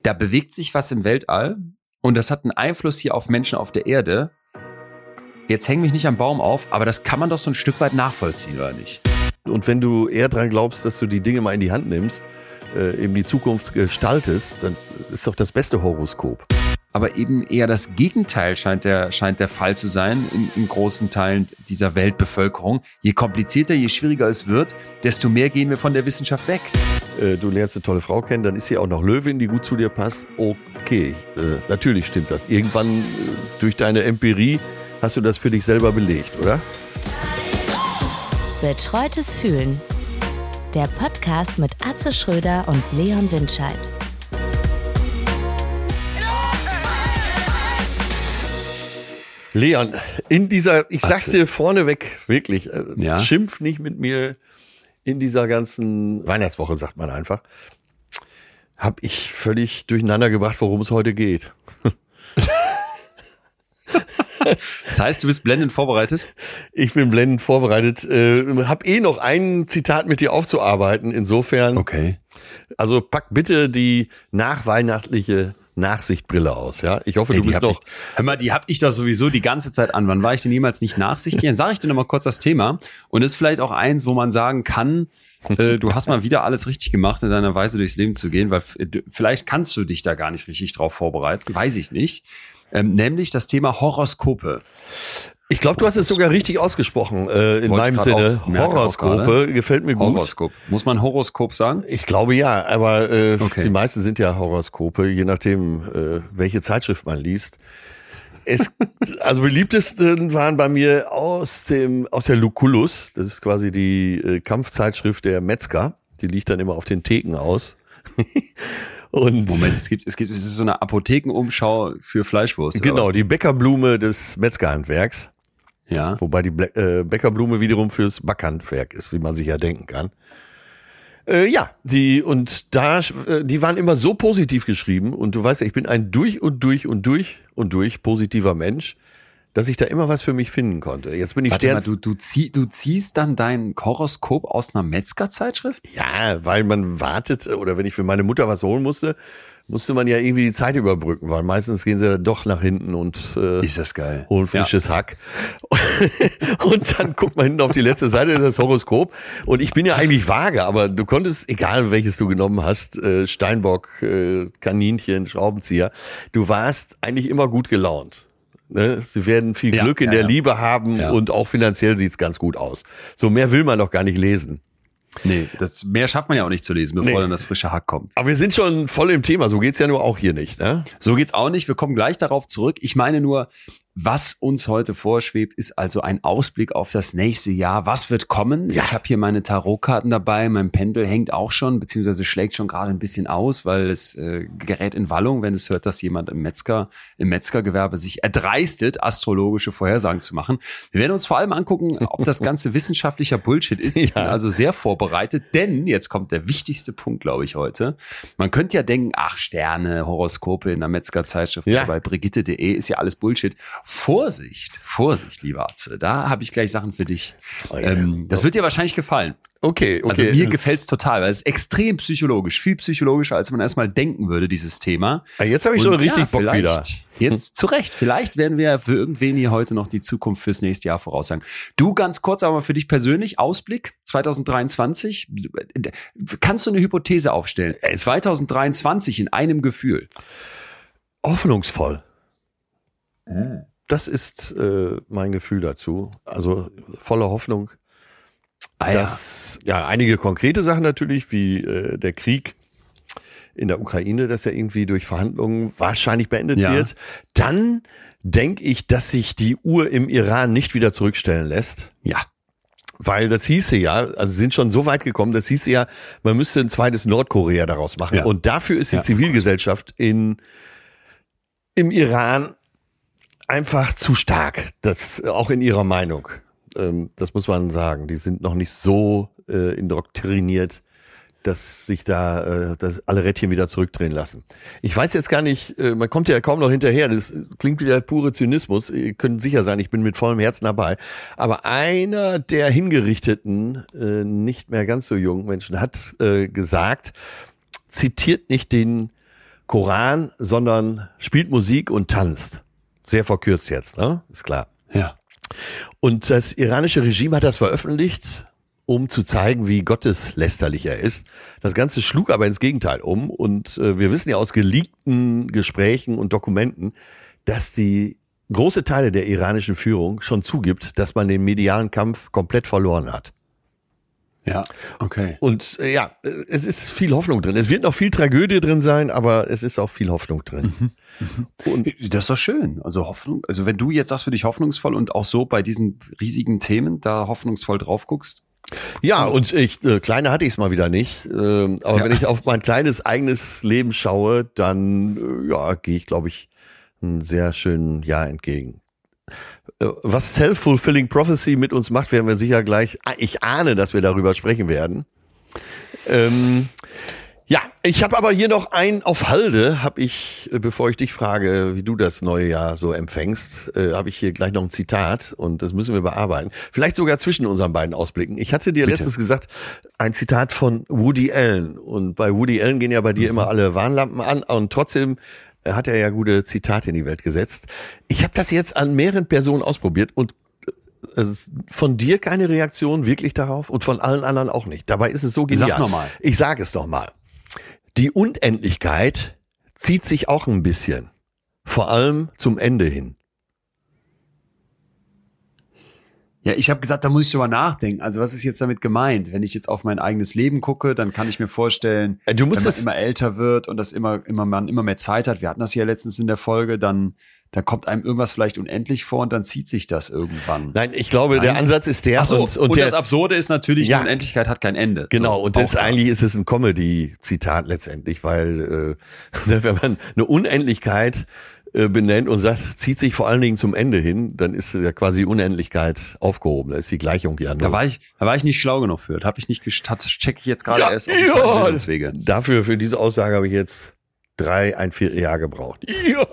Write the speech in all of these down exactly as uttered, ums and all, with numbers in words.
da bewegt sich was im Weltall und das hat einen Einfluss hier auf Menschen auf der Erde. Jetzt häng mich nicht am Baum auf, aber das kann man doch so ein Stück weit nachvollziehen, oder nicht? Und wenn du eher dran glaubst, dass du die Dinge mal in die Hand nimmst, äh, eben die Zukunft gestaltest, dann ist doch das beste Horoskop. Aber eben eher das Gegenteil scheint der, scheint der Fall zu sein in, in großen Teilen dieser Weltbevölkerung. Je komplizierter, je schwieriger es wird, desto mehr gehen wir von der Wissenschaft weg. Äh, du lernst eine tolle Frau kennen, dann ist sie auch noch Löwin, die gut zu dir passt. Okay, äh, natürlich stimmt das. Irgendwann äh, durch deine Empirie hast du das für dich selber belegt, oder? Betreutes Fühlen. Der Podcast mit Atze Schröder und Leon Windscheid. Leon, in dieser, ich sag's dir vorneweg, wirklich, äh, ja? schimpf nicht mit mir in dieser ganzen Weihnachtswoche, sagt man einfach, habe ich völlig durcheinander gebracht, worum es heute geht. Das heißt, du bist blendend vorbereitet? Ich bin blendend vorbereitet. Äh, hab eh noch ein Zitat mit dir aufzuarbeiten. Insofern. Okay. Also pack bitte die nachweihnachtliche Nachsichtbrille aus. Ja, ich hoffe, Ey, du bist noch. Ich, hör mal, die hab ich doch sowieso die ganze Zeit an. Wann war ich denn jemals nicht nachsichtig? Dann sage ich dir noch mal kurz das Thema. Und das ist vielleicht auch eins, wo man sagen kann, äh, du hast mal wieder alles richtig gemacht, in deiner Weise durchs Leben zu gehen, weil äh, vielleicht kannst du dich da gar nicht richtig drauf vorbereiten. Weiß ich nicht. Ähm, nämlich das Thema Horoskope. Ich glaube, du hast es sogar richtig ausgesprochen, äh, in meinem Sinne. Horoskope gefällt mir gut. Horoskop. Muss man Horoskop sagen? Ich glaube ja, aber äh, okay. Die meisten sind ja Horoskope, je nachdem, äh, welche Zeitschrift man liest. Es, also beliebtesten waren bei mir aus dem aus der Lucullus. Das ist quasi die äh, Kampfzeitschrift der Metzger. Die liegt dann immer auf den Theken aus. Und Moment, es gibt, es gibt, es ist so eine Apothekenumschau für Fleischwurst. Genau, die Bäckerblume des Metzgerhandwerks. Ja. Wobei die Ble- äh, Bäckerblume wiederum fürs Backhandwerk ist, wie man sich ja denken kann. Äh, ja, die, und da, äh, die waren immer so positiv geschrieben. Und du weißt ja, ich bin ein durch und durch und durch und durch positiver Mensch, dass ich da immer was für mich finden konnte. Jetzt bin ich Warte mal, Sterns- du, du, zieh, du ziehst dann dein Horoskop aus einer Metzgerzeitschrift? Ja, weil man wartet, oder wenn ich für meine Mutter was holen musste, musste man ja irgendwie die Zeit überbrücken, weil meistens gehen sie dann doch nach hinten und äh, ist das geil. holen frisches ja. Hack. Und dann guckt man hinten auf die letzte Seite, das ist das Horoskop. Und ich bin ja eigentlich vage, aber du konntest, egal welches du genommen hast, äh, Steinbock, äh, Kaninchen, Schraubenzieher, du warst eigentlich immer gut gelaunt. Ne? Sie werden viel ja, Glück in ja, der ja. Liebe haben ja. und auch finanziell sieht's ganz gut aus. So mehr will man doch gar nicht lesen. Nee, das mehr schafft man ja auch nicht zu lesen, bevor Nee. dann das frische Hack kommt. Aber wir sind schon voll im Thema, so geht's ja nur auch hier nicht, ne? So geht's auch nicht, wir kommen gleich darauf zurück. Ich meine nur, was uns heute vorschwebt, ist also ein Ausblick auf das nächste Jahr. Was wird kommen? Ja. Ich habe hier meine Tarotkarten dabei, mein Pendel hängt auch schon, beziehungsweise schlägt schon gerade ein bisschen aus, weil es äh, gerät in Wallung, wenn es hört, dass jemand im Metzger, im Metzgergewerbe sich erdreistet, astrologische Vorhersagen zu machen. Wir werden uns vor allem angucken, ob das Ganze wissenschaftlicher Bullshit ist. Ich Ja. bin also sehr vorbereitet, denn jetzt kommt der wichtigste Punkt, glaube ich, heute. Man könnte ja denken, ach, Sterne, Horoskope in der Metzgerzeitschrift, Ja. bei Brigitte punkt de ist ja alles Bullshit. Vorsicht, Vorsicht, lieber Atze, da habe ich gleich Sachen für dich. Oh ja. ähm, das wird dir wahrscheinlich gefallen. Okay, okay. Also mir gefällt's total, weil es extrem psychologisch, viel psychologischer, als man erstmal denken würde, dieses Thema. Ah, jetzt habe ich schon Und richtig ja, Bock vielleicht, wieder. Jetzt zu Recht, vielleicht werden wir für irgendwen hier heute noch die Zukunft fürs nächste Jahr voraussagen. Du, ganz kurz, aber für dich persönlich, Ausblick zwanzig dreiundzwanzig, kannst du eine Hypothese aufstellen? zwanzig dreiundzwanzig in einem Gefühl. Hoffnungsvoll. Äh. Das ist äh, mein Gefühl dazu. Also voller Hoffnung. Ah, dass, ja. ja, einige konkrete Sachen natürlich, wie äh, der Krieg in der Ukraine, dass er irgendwie durch Verhandlungen wahrscheinlich beendet Ja. wird. Dann denke ich, dass sich die Uhr im Iran nicht wieder zurückstellen lässt. Ja. Weil das hieße ja, also sind schon so weit gekommen, das hieße ja, man müsste ein zweites Nordkorea daraus machen. Ja. Und dafür ist die Ja. Zivilgesellschaft in, im Iran einfach zu stark. Das auch in ihrer Meinung. Ähm, das muss man sagen. Die sind noch nicht so äh, indoktriniert, dass sich da äh, dass alle Rädchen wieder zurückdrehen lassen. Ich weiß jetzt gar nicht, äh, man kommt ja kaum noch hinterher, das klingt wieder pure Zynismus, ihr könnt sicher sein, ich bin mit vollem Herzen dabei, aber einer der hingerichteten, äh, nicht mehr ganz so jungen Menschen hat äh, gesagt, zitiert nicht den Koran, sondern spielt Musik und tanzt. Sehr verkürzt jetzt, ne? Ist klar. Ja. Und das iranische Regime hat das veröffentlicht, um zu zeigen, wie gotteslästerlich er ist. Das Ganze schlug aber ins Gegenteil um. Und äh, wir wissen ja aus geleakten Gesprächen und Dokumenten, dass die große Teile der iranischen Führung schon zugibt, dass man den medialen Kampf komplett verloren hat. Ja, okay. Und äh, ja, es ist viel Hoffnung drin. Es wird noch viel Tragödie drin sein, aber es ist auch viel Hoffnung drin. Mhm. Mhm. Und das ist doch schön. Also Hoffnung, also wenn du jetzt sagst für dich hoffnungsvoll und auch so bei diesen riesigen Themen da hoffnungsvoll drauf guckst. Ja, und ich, äh, kleine hatte ich es mal wieder nicht. Ähm, aber ja. wenn ich auf mein kleines eigenes Leben schaue, dann äh, ja, gehe ich, glaube ich, einen sehr schönen Jahr entgegen. Was Self-Fulfilling Prophecy mit uns macht, werden wir sicher gleich, ich ahne, dass wir darüber sprechen werden. Ähm, ja, ich habe aber hier noch ein auf Halde, habe ich, bevor ich dich frage, wie du das neue Jahr so empfängst, äh, habe ich hier gleich noch ein Zitat und das müssen wir bearbeiten. Vielleicht sogar zwischen unseren beiden Ausblicken. Ich hatte dir Bitte. letztens gesagt, ein Zitat von Woody Allen, und bei Woody Allen gehen ja bei dir mhm. immer alle Warnlampen an, und trotzdem hat er ja gute Zitate in die Welt gesetzt. Ich habe das jetzt an mehreren Personen ausprobiert und von dir keine Reaktion wirklich darauf und von allen anderen auch nicht. Dabei ist es so genial. Sag nochmal. Ich sage es nochmal. Die Unendlichkeit zieht sich auch ein bisschen, vor allem zum Ende hin. Ja, ich habe gesagt, da muss ich drüber nachdenken. Also was ist jetzt damit gemeint? Wenn ich jetzt auf mein eigenes Leben gucke, dann kann ich mir vorstellen, du musst wenn man immer älter wird und das immer, immer man immer mehr Zeit hat. Wir hatten das ja letztens in der Folge, dann da kommt einem irgendwas vielleicht unendlich vor und dann zieht sich das irgendwann. Nein, ich glaube, Nein. der Ansatz ist der. Ach so, und, und, und der, das Absurde ist natürlich, ja, die Unendlichkeit hat kein Ende. Genau, so, und das klar. eigentlich ist es ein Comedy-Zitat letztendlich, weil äh, wenn man eine Unendlichkeit äh, benennt und sagt, zieht sich vor allen Dingen zum Ende hin, dann ist ja quasi Unendlichkeit aufgehoben. Da ist die Gleichung ja nur. Da war ich, da war ich nicht schlau genug für. Da habe ich nicht gestattet. Das checke ich jetzt gerade ja, erst auf die ja, Bildungswege. Dafür, für diese Aussage habe ich jetzt drei, ein Vierteljahr gebraucht. Ja.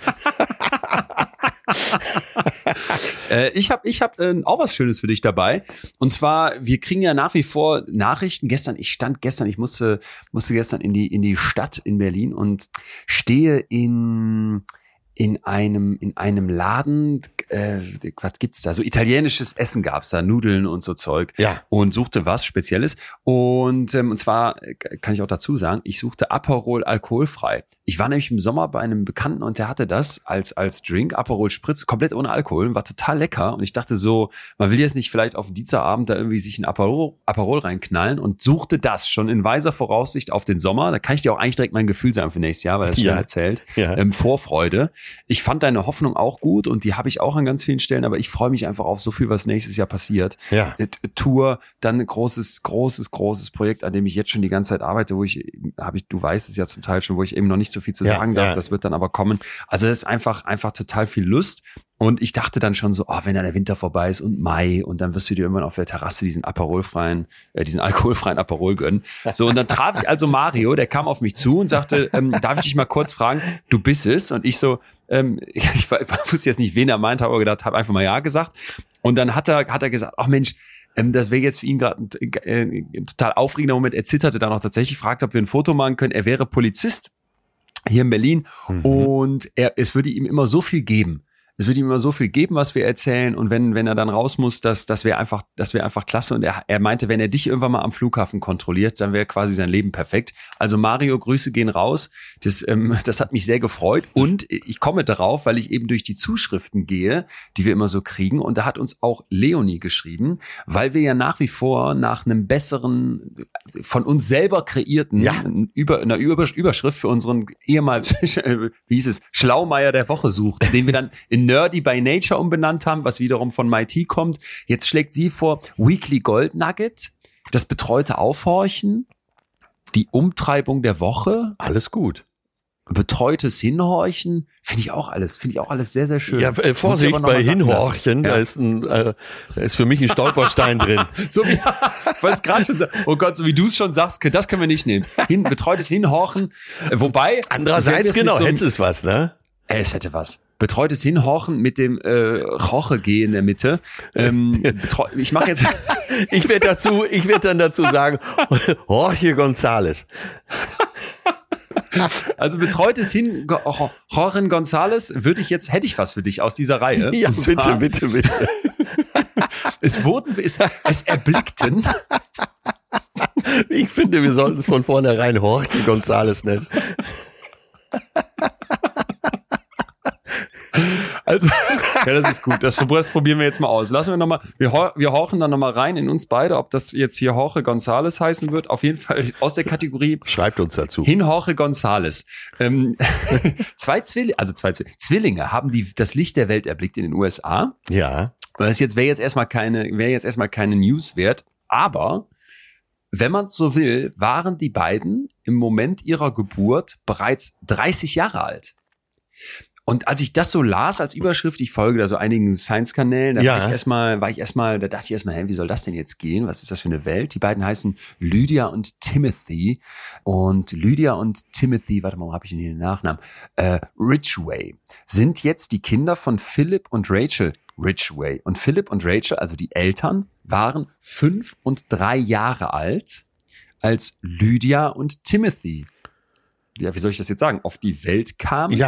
äh, ich habe ich hab, äh, auch was Schönes für dich dabei. Und zwar, wir kriegen ja nach wie vor Nachrichten. Gestern, ich stand gestern, ich musste, musste gestern in die, in die Stadt in Berlin und stehe in, in einem, in einem Laden, äh, was gibt's da? So italienisches Essen gab's da, Nudeln und so Zeug. Ja. Und suchte was Spezielles. Und, ähm, und zwar, kann ich auch dazu sagen, ich suchte Aperol alkoholfrei. Ich war nämlich im Sommer bei einem Bekannten und der hatte das als, als Drink, Aperol Spritz, komplett ohne Alkohol, war total lecker. Und ich dachte so, man will jetzt nicht vielleicht auf den Dienstagabend da irgendwie sich ein Aperol, Aperol reinknallen, und suchte das schon in weiser Voraussicht auf den Sommer. Da kann ich dir auch eigentlich direkt mein Gefühl sagen für nächstes Jahr, weil das ja. schon erzählt. Ja. Ähm, Vorfreude. Ich fand deine Hoffnung auch gut und die habe ich auch an ganz vielen Stellen, aber ich freue mich einfach auf so viel, was nächstes Jahr passiert. Ja. Tour, dann ein großes, großes, großes Projekt, an dem ich jetzt schon die ganze Zeit arbeite, wo ich, habe ich, du weißt es ja zum Teil schon, wo ich eben noch nicht so viel zu ja, sagen darf, ja. das wird dann aber kommen. Also das ist einfach, einfach total viel Lust. Und ich dachte dann schon so, oh, wenn dann der Winter vorbei ist und Mai, und dann wirst du dir irgendwann auf der Terrasse diesen aperolfreien, äh, diesen alkoholfreien Aperol gönnen. So, und dann traf ich also Mario, der kam auf mich zu und sagte, ähm, darf ich dich mal kurz fragen, du bist es? Und ich so, ähm, ich, ich wusste jetzt nicht, wen er meint, habe aber gedacht, habe einfach mal ja gesagt. Und dann hat er, hat er gesagt, ach Mensch, ähm, das wäre jetzt für ihn gerade ein, äh, ein total aufregender Moment. Er zitterte dann auch tatsächlich, fragte, ob wir ein Foto machen können. Er wäre Polizist hier in Berlin, mhm. und er, es würde ihm immer so viel geben. Es wird ihm immer so viel geben, was wir erzählen, und wenn wenn er dann raus muss, das das wäre einfach das wäre einfach klasse. Und er er meinte, wenn er dich irgendwann mal am Flughafen kontrolliert, dann wäre quasi sein Leben perfekt. Also Mario, Grüße gehen raus. Das ähm, das hat mich sehr gefreut, und ich komme darauf, weil ich eben durch die Zuschriften gehe, die wir immer so kriegen, und da hat uns auch Leonie geschrieben, weil wir ja nach wie vor nach einem besseren, von uns selber kreierten, ja. über einer Überschrift für unseren ehemals, wie hieß es, Schlaumeier der Woche suchten, den wir dann in Nerdy by Nature umbenannt haben, was wiederum von M I T kommt. Jetzt schlägt sie vor Weekly Gold Nugget, das betreute Aufhorchen, die Umtreibung der Woche. Alles gut. Betreutes Hinhorchen, finde ich auch alles, finde ich auch alles sehr, sehr schön. Ja, äh, Vorsicht bei Hinhorchen, ja. da ist ein, äh, da ist für mich ein Stolperstein drin. So wie, ich wollte es gerade schon sagen, oh Gott, so wie du es schon sagst, das können wir nicht nehmen. Hin, betreutes Hinhorchen, wobei. Andererseits, genau, so, hätte es was, ne? Es hätte was. Betreutes Hinhorchen mit dem äh, Roche-G in der Mitte. Ähm, betreu- ich mache jetzt. ich werde dazu, ich werde dann dazu sagen, Jorge González. Also betreutes Hin, Jorge González, würde ich jetzt, hätte ich was für dich aus dieser Reihe. Ja, bitte, bitte, bitte. Es wurden, es, es erblickten. Ich finde, wir sollten es von vornherein Jorge González nennen. Also, ja, das ist gut. Das, das probieren wir jetzt mal aus. Lassen wir nochmal, wir, wir horchen dann nochmal rein in uns beide, ob das jetzt hier Jorge González heißen wird. Auf jeden Fall aus der Kategorie. Schreibt uns dazu. Hin Jorge González. Ähm, zwei Zwillinge, also zwei Zwillinge haben die, das Licht der Welt erblickt in den U S A. Ja. Das jetzt wäre jetzt erstmal keine, wäre jetzt erstmal keine News wert. Aber, wenn man es so will, waren die beiden im Moment ihrer Geburt bereits dreißig Jahre alt. Und als ich das so las als Überschrift, ich folge da so einigen Science-Kanälen, da ja. war ich erstmal, war ich erstmal, da dachte ich erstmal, hä, wie soll das denn jetzt gehen? Was ist das für eine Welt? Die beiden heißen Lydia und Timothy. Und Lydia und Timothy, warte mal, wo habe ich denn hier den Nachnamen? Äh, Ridgway sind jetzt die Kinder von Philip und Rachel Ridgway. Und Philip und Rachel, also die Eltern, waren fünf und drei Jahre alt, als Lydia und Timothy, ja, wie soll ich das jetzt sagen, auf die Welt kam. Ja.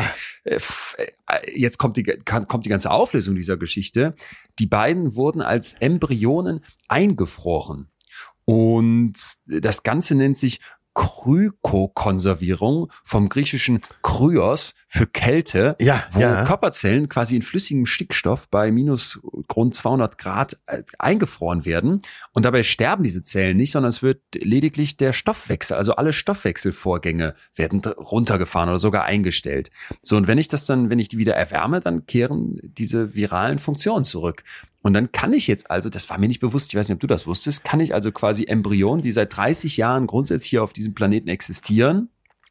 Jetzt kommt die, kommt die ganze Auflösung dieser Geschichte. Die beiden wurden als Embryonen eingefroren. Und das Ganze nennt sich Kryokonservierung, vom griechischen Kryos für Kälte, ja, wo ja. Körperzellen quasi in flüssigem Stickstoff bei minus rund zweihundert Grad eingefroren werden. Und dabei sterben diese Zellen nicht, sondern es wird lediglich der Stoffwechsel, also alle Stoffwechselvorgänge werden runtergefahren oder sogar eingestellt. So, und wenn ich das dann, wenn ich die wieder erwärme, dann kehren diese viralen Funktionen zurück. Und dann kann ich jetzt also, das war mir nicht bewusst, ich weiß nicht, ob du das wusstest, kann ich also quasi Embryonen, die seit dreißig Jahren grundsätzlich hier auf diesem Planeten existieren,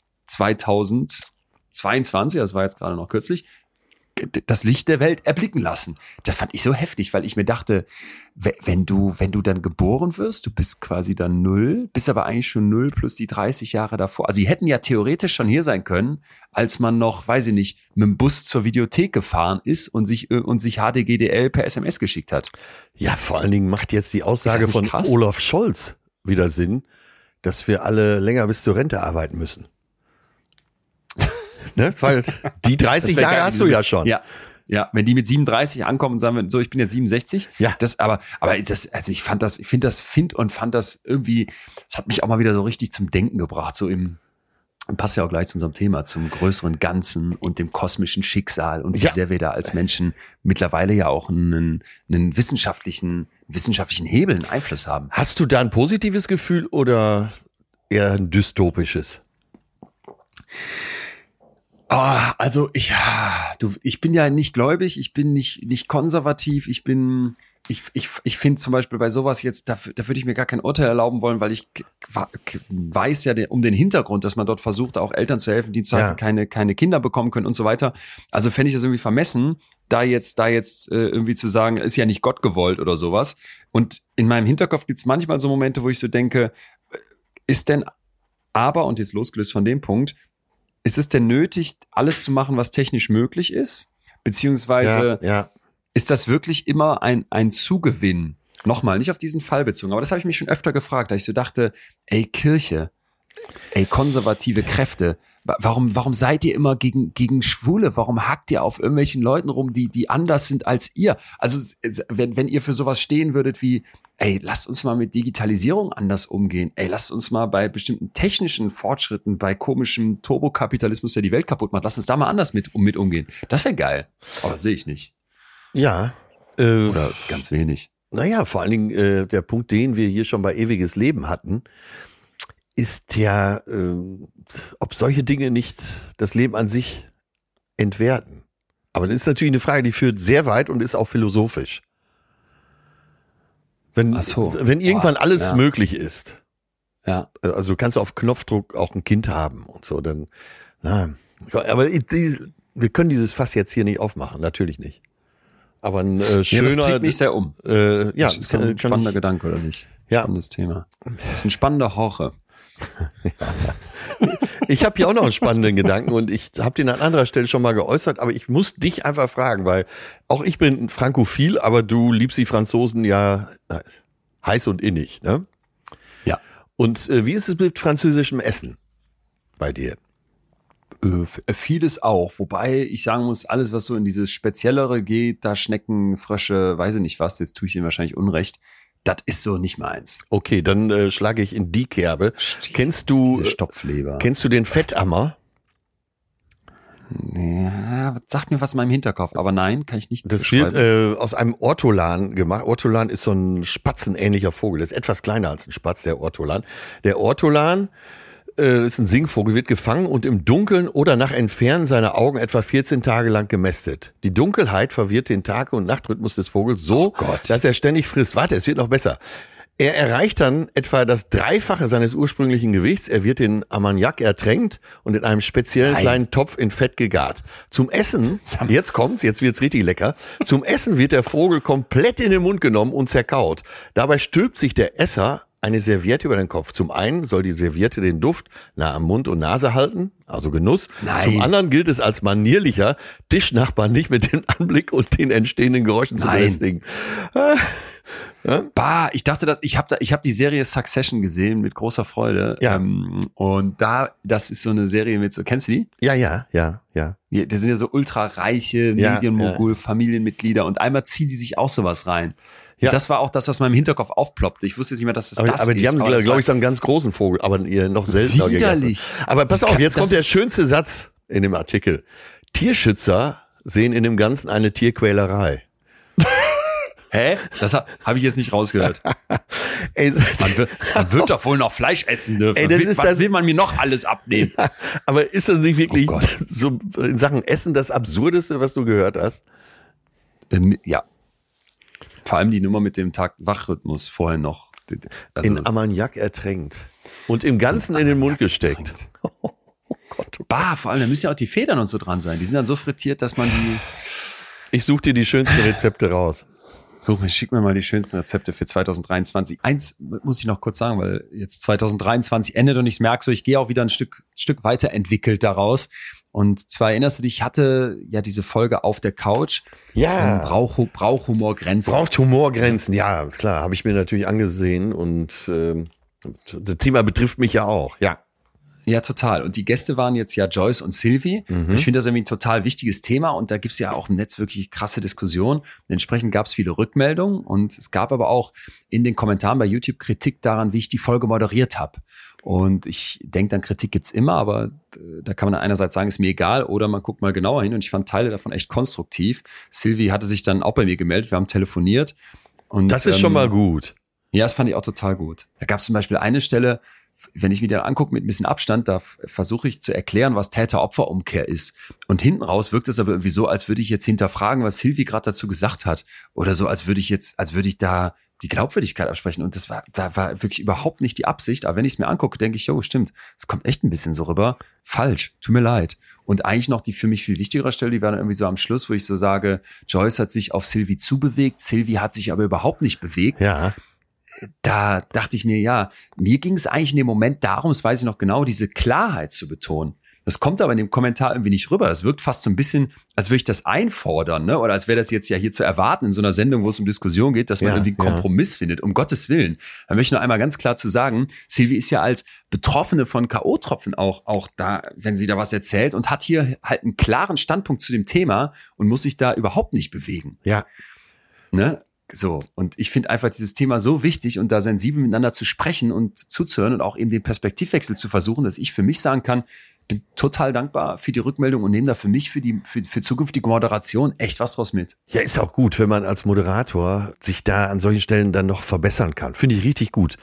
zweitausendzweiundzwanzig, das war jetzt gerade noch kürzlich, das Licht der Welt erblicken lassen. Das fand ich so heftig, weil ich mir dachte, wenn du, wenn du dann geboren wirst, du bist quasi dann null, bist aber eigentlich schon null plus die dreißig Jahre davor. Also die hätten ja theoretisch schon hier sein können, als man noch, weiß ich nicht, mit dem Bus zur Videothek gefahren ist und sich, und sich H D G D L per S M S geschickt hat. Ja, vor allen Dingen macht jetzt die Aussage von krass? Olaf Scholz wieder Sinn, dass wir alle länger bis zur Rente arbeiten müssen. Ne? Weil die dreißig Jahre hast du ja schon. Ja, ja, wenn die mit siebenunddreißig ankommen und sagen, so, ich bin jetzt siebenundsechzig. Ja. Das, aber, aber das, also ich fand das, ich finde das, find und fand das irgendwie, das hat mich auch mal wieder so richtig zum Denken gebracht, so im, passt ja auch gleich zu unserem Thema, zum größeren Ganzen und dem kosmischen Schicksal und wie Ja. sehr wir da als Menschen mittlerweile ja auch einen, einen wissenschaftlichen, wissenschaftlichen Hebel, einen Einfluss haben. Hast du da ein positives Gefühl oder eher ein dystopisches? Oh, also ich, du, ich bin ja nicht gläubig, ich bin nicht, nicht konservativ, ich bin, ich, ich, ich finde zum Beispiel bei sowas jetzt, da, da würde ich mir gar kein Urteil erlauben wollen, weil ich weiß ja den, um den Hintergrund, dass man dort versucht, auch Eltern zu helfen, die zu Ja. keine, keine Kinder bekommen können und so weiter. Also fände ich das irgendwie vermessen, da jetzt, da jetzt äh, irgendwie zu sagen, ist ja nicht Gott gewollt oder sowas. Und in meinem Hinterkopf gibt es manchmal so Momente, wo ich so denke, ist denn aber, und jetzt losgelöst von dem Punkt, ist es denn nötig, alles zu machen, was technisch möglich ist? Beziehungsweise Ja, ja. ist das wirklich immer ein, ein Zugewinn? Nochmal, nicht auf diesen Fall bezogen, aber das habe ich mich schon öfter gefragt, da ich so dachte, ey Kirche, ey konservative Kräfte, wa- warum, warum seid ihr immer gegen, gegen Schwule? Warum hackt ihr auf irgendwelchen Leuten rum, die, die anders sind als ihr? Also wenn, wenn ihr für sowas stehen würdet wie, ey, lasst uns mal mit Digitalisierung anders umgehen. Ey, lasst uns mal bei bestimmten technischen Fortschritten, bei komischem Turbokapitalismus, der die Welt kaputt macht, lasst uns da mal anders mit, um, mit umgehen. Das wäre geil. Aber das sehe ich nicht. Ja. Äh, Oder ganz wenig. Naja, vor allen Dingen äh, der Punkt, den wir hier schon bei ewiges Leben hatten, ist ja, äh, ob solche Dinge nicht das Leben an sich entwerten. Aber das ist natürlich eine Frage, die führt sehr weit und ist auch philosophisch. Wenn, Ach so. wenn irgendwann Boah, alles ja. möglich ist, Ja. also du kannst auf Knopfdruck auch ein Kind haben und so, dann, na, aber die, wir können dieses Fass jetzt hier nicht aufmachen, natürlich nicht. Aber ein äh, schöner, Ja, das trägt mich sehr um. äh, ja, Das ist so ein kann spannender ich, Gedanke, oder nicht? Ja. Spannendes Thema. Das ist ein spannender Horche. Ich habe hier auch noch einen spannenden Gedanken und ich habe den an anderer Stelle schon mal geäußert, aber ich muss dich einfach fragen, weil auch ich bin frankophil, aber du liebst die Franzosen ja äh, heiß und innig, ne? Ja. Und äh, wie ist es mit französischem Essen bei dir? Äh, vieles auch, wobei ich sagen muss, alles, was so in dieses Speziellere geht, da Schnecken, Frösche, weiß ich nicht was, jetzt tue ich denen wahrscheinlich Unrecht, das ist so nicht meins. Okay, dann äh, schlage ich in die Kerbe. Stimmt, kennst du diese Stopfleber. Kennst du den Fettammer? Ja, sagt mir was in meinem Hinterkopf, aber nein, kann ich nicht. Das wird äh, aus einem Ortolan gemacht. Ortolan ist so ein spatzenähnlicher Vogel. Das ist etwas kleiner als ein Spatz, der Ortolan. Der Ortolan äh, ist ein Singvogel, wird gefangen und im Dunkeln oder nach Entfernen seiner Augen etwa vierzehn Tage lang gemästet. Die Dunkelheit verwirrt den Tag- und Nachtrhythmus des Vogels so, oh dass er ständig frisst. Warte, es wird noch besser. Er erreicht dann etwa das Dreifache seines ursprünglichen Gewichts. Er wird in Ammoniak ertränkt und in einem speziellen Nein. kleinen Topf in Fett gegart. Zum Essen, jetzt kommt's, jetzt wird's richtig lecker. Zum Essen wird der Vogel komplett in den Mund genommen und zerkaut. Dabei stülpt sich der Esser eine Serviette über den Kopf. Zum einen soll die Serviette den Duft nah am Mund und Nase halten, also Genuss. Nein. Zum anderen gilt es als manierlicher, Tischnachbarn nicht mit dem Anblick und den entstehenden Geräuschen zu Nein. belästigen. Ja? Bah, ich dachte, dass ich habe da, ich habe die Serie Succession gesehen mit großer Freude. Ja. Ähm, und da, das ist so eine Serie mit so, kennst du die? Ja, ja, ja, ja. Die, das sind ja so ultra reiche Ja, Medienmogul, Familienmitglieder und einmal ziehen die sich auch sowas rein. Ja. Und das war auch das, was in meinem Hinterkopf aufploppte. Ich wusste jetzt nicht mehr, dass es Aber, das aber ist. die haben, aber glaube das glaub war- ich, so einen ganz großen Vogel, aber ihr noch seltener Widerlich. gegessen. Aber pass Wie auf, kann- jetzt das kommt der ist- schönste Satz in dem Artikel. Tierschützer sehen in dem Ganzen eine Tierquälerei. Hä? Das ha- habe ich jetzt nicht rausgehört. Ey, Man wird, man wird doch wohl noch Fleisch essen dürfen. Ey, das Will- ist was das- will man mir noch alles abnehmen? aber ist das nicht wirklich Oh Gott. so in Sachen Essen das Absurdeste, was du gehört hast? Ähm, ja. Vor allem die Nummer mit dem Tag-Wach-Rhythmus vorher noch. Also, In Ammoniak ertränkt und im Ganzen in den Mund gesteckt. Oh Gott. bah, vor allem, da müssen ja auch die Federn und so dran sein. Die sind dann so frittiert, dass man die. Ich suche dir die schönsten Rezepte raus. So, schick mir mal die schönsten Rezepte für zwanzig dreiundzwanzig. Eins muss ich noch kurz sagen, weil jetzt zwanzig dreiundzwanzig endet und ich merke so, ich gehe auch wieder ein Stück, Stück weiterentwickelt daraus. Und zwar erinnerst du dich, ich hatte ja diese Folge auf der Couch. Ja. Ähm, Brauch, Brauchhumorgrenzen. Braucht Humorgrenzen, ja, klar, habe ich mir natürlich angesehen und ähm, das Thema betrifft mich ja auch, ja. Ja, total. Und die Gäste waren jetzt ja Joyce und Sylvie. Mhm. Ich finde das irgendwie ein total wichtiges Thema und da gibt's ja auch im Netz wirklich krasse Diskussionen. Und entsprechend gab's viele Rückmeldungen und es gab aber auch in den Kommentaren bei YouTube Kritik daran, wie ich die Folge moderiert habe. Und ich denke, dann Kritik gibt's immer, aber äh, da kann man einerseits sagen, ist mir egal, oder man guckt mal genauer hin und ich fand Teile davon echt konstruktiv. Sylvie hatte sich dann auch bei mir gemeldet, wir haben telefoniert. Und, Das ist ähm, schon mal gut. Ja, das fand ich auch total gut. Da gab es zum Beispiel eine Stelle, wenn ich mir die angucke mit ein bisschen Abstand, da f- versuche ich zu erklären, was Täter-Opfer-Umkehr ist. Und hinten raus wirkt es aber irgendwie so, als würde ich jetzt hinterfragen, was Sylvie gerade dazu gesagt hat. Oder so, als würde ich jetzt, als würde ich da die Glaubwürdigkeit absprechen. Und das war, da war wirklich überhaupt nicht die Absicht. Aber wenn ich es mir angucke, denke ich, jo, stimmt, es kommt echt ein bisschen so rüber. Falsch, tut mir leid. Und eigentlich noch die für mich viel wichtigere Stelle, die war dann irgendwie so am Schluss, wo ich so sage, Joyce hat sich auf Sylvie zubewegt, Sylvie hat sich aber überhaupt nicht bewegt. Ja. Da dachte ich mir, ja, mir ging es eigentlich in dem Moment darum, das weiß ich noch genau, diese Klarheit zu betonen. Das kommt aber in dem Kommentar irgendwie nicht rüber. Das wirkt fast so ein bisschen, als würde ich das einfordern, ne? Oder als wäre das jetzt ja hier zu erwarten in so einer Sendung, wo es um Diskussion geht, dass man Ja, irgendwie einen ja. Kompromiss findet. Um Gottes Willen. Da möchte ich noch einmal ganz klar zu sagen, Sylvie ist ja als Betroffene von K O-Tropfen auch, auch da, wenn sie da was erzählt und hat hier halt einen klaren Standpunkt zu dem Thema und muss sich da überhaupt nicht bewegen. Ja. Ne? So, und ich finde einfach dieses Thema so wichtig und da sensibel miteinander zu sprechen und zuzuhören und auch eben den Perspektivwechsel zu versuchen, dass ich für mich sagen kann, bin total dankbar für die Rückmeldung und nehme da für mich, für die für, für zukünftige Moderation echt was draus mit. Ja, ist auch gut, wenn man als Moderator sich da an solchen Stellen dann noch verbessern kann. Finde ich richtig gut.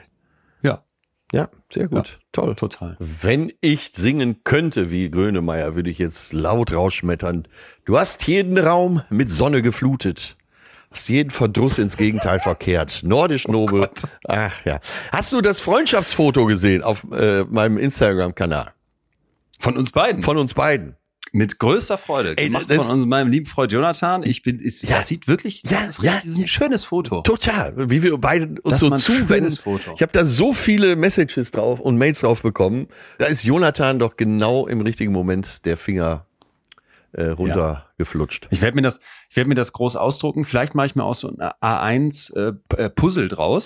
Ja, Ja, sehr gut. Toll. total. Wenn ich singen könnte wie Grönemeyer, würde ich jetzt laut rausschmettern. Du hast jeden Raum mit Sonne geflutet. Hast jeden Verdruss ins Gegenteil verkehrt. Nordisch nobel. Gott. Ach ja. Hast du das Freundschaftsfoto gesehen auf äh, meinem Instagram-Kanal? Von uns beiden. Von uns beiden. Mit größter Freude. Ey, Gemacht das- von uns, meinem lieben Freund Jonathan. Ich bin, ist, Ja. das sieht wirklich, das Ja, ist, ja, richtig, das ist ein schönes Foto. Total. Wie wir beide uns Das so ist mal ein zuwenden. schönes Foto. Ich habe da so viele Messages drauf und Mails drauf bekommen. Da ist Jonathan doch genau im richtigen Moment der Finger äh, runtergeflutscht. Ich werde mir das, ich werde mir das groß ausdrucken. Vielleicht mache ich mir auch so ein A eins äh, P- äh, Puzzle draus.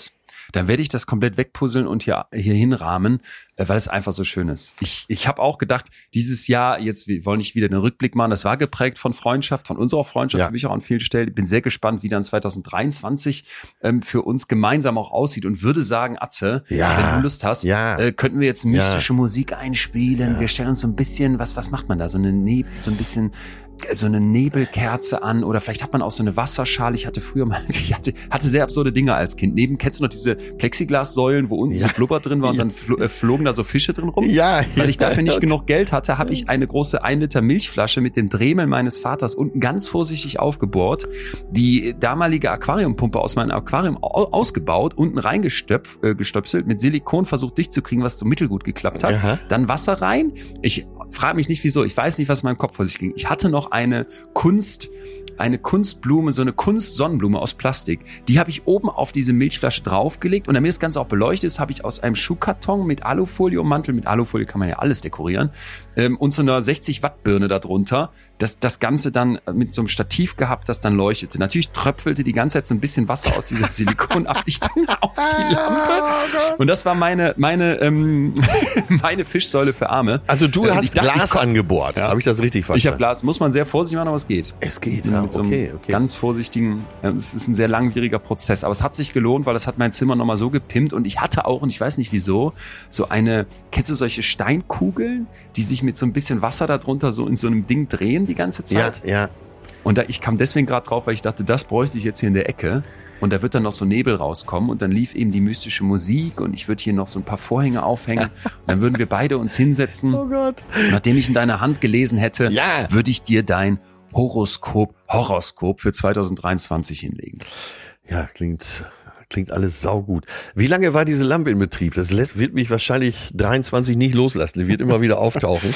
dann werde ich das komplett wegpuzzeln und hier, hier hinrahmen, äh, weil es einfach so schön ist. Ich, ich habe auch gedacht, dieses Jahr, jetzt, wir wollen nicht wieder einen Rückblick machen, das war geprägt von Freundschaft, von unserer Freundschaft, Ja. wie ich auch an vielen Stellen. Bin sehr gespannt, wie dann zwanzig dreiundzwanzig ähm, für uns gemeinsam auch aussieht und würde sagen, Atze, Ja. wenn du Lust hast, Ja. äh, könnten wir jetzt mystische Ja. Musik einspielen. Ja. Wir stellen uns so ein bisschen, was, was macht man da? So eine Neb, so ein bisschen so eine Nebelkerze an oder vielleicht hat man auch so eine Wasserschale. Ich hatte früher mal, ich hatte, hatte sehr absurde Dinge als Kind. Neben, kennst du noch diese Plexiglassäulen, wo unten Ja. so Blubber drin war und Ja. dann flo- äh, flogen da so Fische drin rum? Ja. Weil ich dafür nicht Okay. genug Geld hatte, habe ich eine große ein Liter Milchflasche mit dem Dremel meines Vaters unten ganz vorsichtig aufgebohrt, die damalige Aquariumpumpe aus meinem Aquarium au- ausgebaut, unten reingestöpft, äh, gestöpselt, mit Silikon versucht dicht zu kriegen, was so mittelgut geklappt hat. Aha. Dann Wasser rein. Ich frage mich nicht wieso, ich weiß nicht, was in meinem Kopf vor sich ging. Ich hatte noch eine Kunst, eine Kunstblume, so eine Kunstsonnenblume aus Plastik. Die habe ich oben auf diese Milchflasche draufgelegt und damit das Ganze auch beleuchtet ist, habe ich aus einem Schuhkarton mit Alufolie ummantel, mit Alufolie kann man ja alles dekorieren, ähm, und so einer sechzig Watt Birne darunter, das, das Ganze dann mit so einem Stativ gehabt, das dann leuchtete. Natürlich tröpfelte die ganze Zeit so ein bisschen Wasser aus dieser Silikonabdichtung auf die Lampe. Und das war meine, meine, ähm, meine Fischsäule für Arme. Also du Äh, hast ich dachte, Glas ich, angebohrt. Ja. Habe ich das richtig verstanden? ich habe Glas, muss man sehr vorsichtig machen, aber es geht. Es geht, ja, Mit so einem okay, okay. ganz vorsichtigen, ja, es ist ein sehr langwieriger Prozess, aber es hat sich gelohnt, weil das hat mein Zimmer nochmal so gepimpt und ich hatte auch, und ich weiß nicht wieso, so eine, kennst du solche Steinkugeln, die sich mit so ein bisschen Wasser darunter so in so einem Ding drehen die ganze Ja, Zeit? ja. Und da, ich kam deswegen gerade drauf, weil ich dachte, das bräuchte ich jetzt hier in der Ecke. Und da wird dann noch so Nebel rauskommen und dann lief eben die mystische Musik und ich würde hier noch so ein paar Vorhänge aufhängen. Und dann würden wir beide uns hinsetzen. Oh Gott. Und nachdem ich in deiner Hand gelesen hätte, Ja. würde ich dir dein Horoskop, Horoskop für zwanzig dreiundzwanzig hinlegen. Ja, klingt, klingt alles saugut. Wie lange war diese Lampe in Betrieb? Das lässt, wird mich wahrscheinlich dreiundzwanzig nicht loslassen. Die wird immer wieder auftauchen.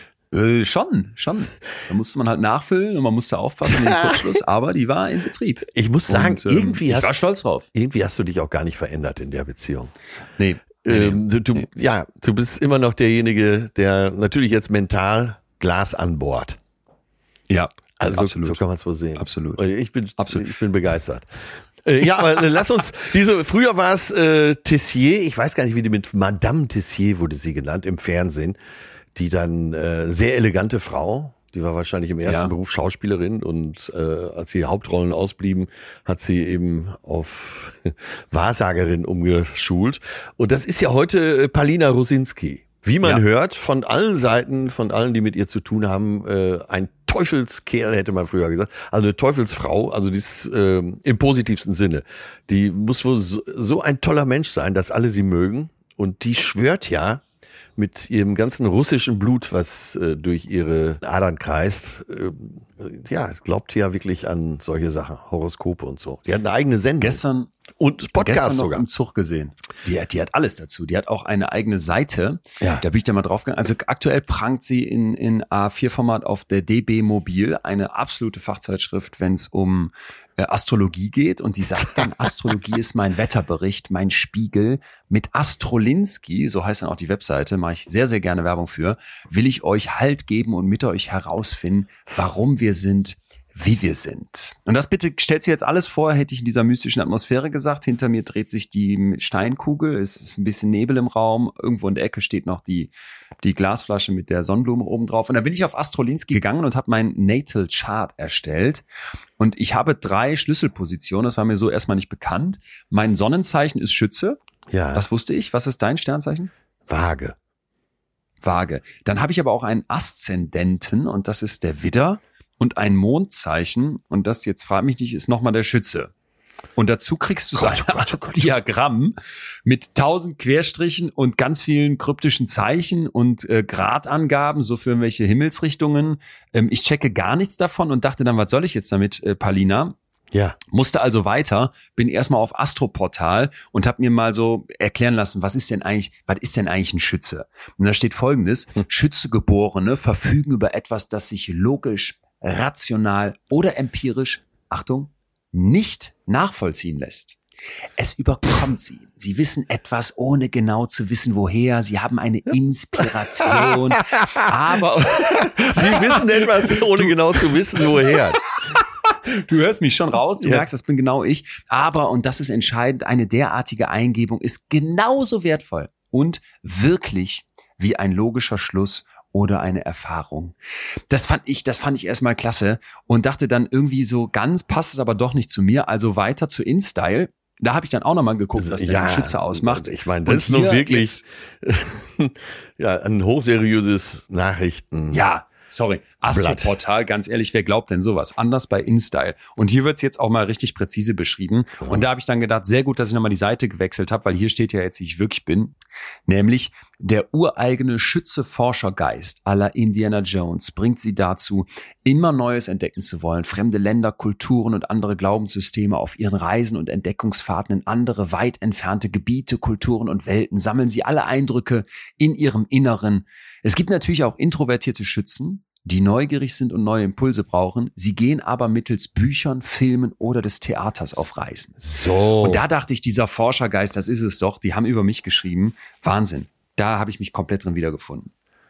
Äh, schon, schon. Da musste man halt nachfüllen und man musste aufpassen in den Kurzschluss, aber die war in Betrieb. Ich muss sagen, Und, ähm, irgendwie, ich hast, war stolz drauf. irgendwie hast du dich auch gar nicht verändert in der Beziehung. Nee. nee, Ähm, du, du, nee. Ja, du bist immer noch derjenige, der natürlich jetzt mental Glas an Bord. Ja, Also absolut. so kann man es wohl sehen. Absolut. Ich bin, Absolut. ich bin begeistert. Äh, ja, aber äh, lass uns diese, früher war es äh, Tessier, ich weiß gar nicht, wie die mit Madame Tessier wurde sie genannt im Fernsehen, die dann äh, sehr elegante Frau, die war wahrscheinlich im ersten Ja. Beruf Schauspielerin und äh, als die Hauptrollen ausblieben, hat sie eben auf Wahrsagerin umgeschult. Und das ist ja heute äh, Palina Rosinski. Wie man Ja. hört, von allen Seiten, von allen, die mit ihr zu tun haben, äh, ein Teufelskerl, hätte man früher gesagt. Also eine Teufelsfrau, also die ist ähm, im positivsten Sinne. Die muss wohl so, so ein toller Mensch sein, dass alle sie mögen. Und die schwört ja mit ihrem ganzen russischen Blut, was äh, durch ihre Adern kreist. Äh, ja, es glaubt ja wirklich an solche Sachen, Horoskope und so. Die hat eine eigene Sendung. Gestern, und Podcast gestern noch sogar. im Zug gesehen. Die hat, die hat alles dazu. Die hat auch eine eigene Seite. Ja. Da bin ich da mal drauf gegangen. Also aktuell prangt sie in, in A vier Format auf der D B Mobil, eine absolute Fachzeitschrift, wenn es um äh, Astrologie geht. Und die sagt dann, Astrologie ist mein Wetterbericht, mein Spiegel. Mit Astrolinski, so heißt dann auch die Webseite, mache ich sehr, sehr gerne Werbung für, will ich euch Halt geben und mit euch herausfinden, warum wir sind, wie wir sind. Und das bitte stellst du jetzt alles vor, hätte ich in dieser mystischen Atmosphäre gesagt. Hinter mir dreht sich die Steinkugel, es ist ein bisschen Nebel im Raum, irgendwo in der Ecke steht noch die, die Glasflasche mit der Sonnenblume oben drauf. Und da bin ich auf Astrolinski gegangen und habe meinen Natal Chart erstellt. Und ich habe drei Schlüsselpositionen, das war mir so erstmal nicht bekannt. Mein Sonnenzeichen ist Schütze, Ja, das wusste ich. Was ist dein Sternzeichen? Waage. Waage. Dann habe ich aber auch einen Aszendenten und das ist der Widder. Und ein Mondzeichen, und das jetzt frag mich nicht, ist nochmal der Schütze. Und dazu kriegst du so ein Gott, oh Gott, oh Gott. Diagramm mit tausend Querstrichen und ganz vielen kryptischen Zeichen und äh, Gradangaben, so für irgendwelche Himmelsrichtungen. Ähm, ich checke gar nichts davon und dachte dann, was soll ich jetzt damit, äh, Palina? Ja. Musste also weiter, bin erstmal auf Astroportal und habe mir mal so erklären lassen, was ist denn eigentlich, was ist denn eigentlich ein Schütze? Und da steht Folgendes: Schützegeborene verfügen über etwas, das sich logisch, rational oder empirisch, Achtung, nicht nachvollziehen lässt. Es überkommt sie. Sie wissen etwas, ohne genau zu wissen, woher. Sie haben eine Inspiration, aber Sie wissen etwas, ohne genau zu wissen, woher. Du hörst mich schon raus, du Ja. merkst, das bin genau ich. Aber, und das ist entscheidend, eine derartige Eingebung ist genauso wertvoll und wirklich wie ein logischer Schluss oder eine Erfahrung. Das fand ich, das fand ich erstmal klasse und dachte dann irgendwie so, ganz passt es aber doch nicht zu mir, also weiter zu InStyle. Da habe ich dann auch nochmal geguckt, was der Schütze ausmacht. Ich meine, das Und ist nur hier wirklich ja, ein hochseriöses Nachrichten. Ja, sorry. Astroportal, ganz ehrlich, wer glaubt denn sowas? Anders bei InStyle. Und hier wird's jetzt auch mal richtig präzise beschrieben. So. Und da habe ich dann gedacht, sehr gut, dass ich nochmal die Seite gewechselt habe, weil hier steht ja jetzt, wie ich wirklich bin. Nämlich, der ureigene Schütze-Forschergeist à la Indiana Jones bringt sie dazu, immer Neues entdecken zu wollen. Fremde Länder, Kulturen und andere Glaubenssysteme auf ihren Reisen und Entdeckungsfahrten in andere, weit entfernte Gebiete, Kulturen und Welten sammeln sie alle Eindrücke in ihrem Inneren. Es gibt natürlich auch introvertierte Schützen, die neugierig sind und neue Impulse brauchen. Sie gehen aber mittels Büchern, Filmen oder des Theaters auf Reisen. So. Und da dachte ich, dieser Forschergeist, das ist es doch, die haben über mich geschrieben. Wahnsinn. Da habe ich mich komplett drin wiedergefunden.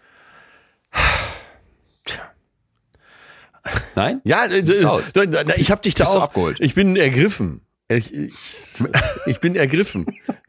Nein? Ja, äh, Sieht's aus? äh, äh, ich habe dich da Bist du auch abgeholt? Ich bin ergriffen. Ich, ich, ich bin ergriffen.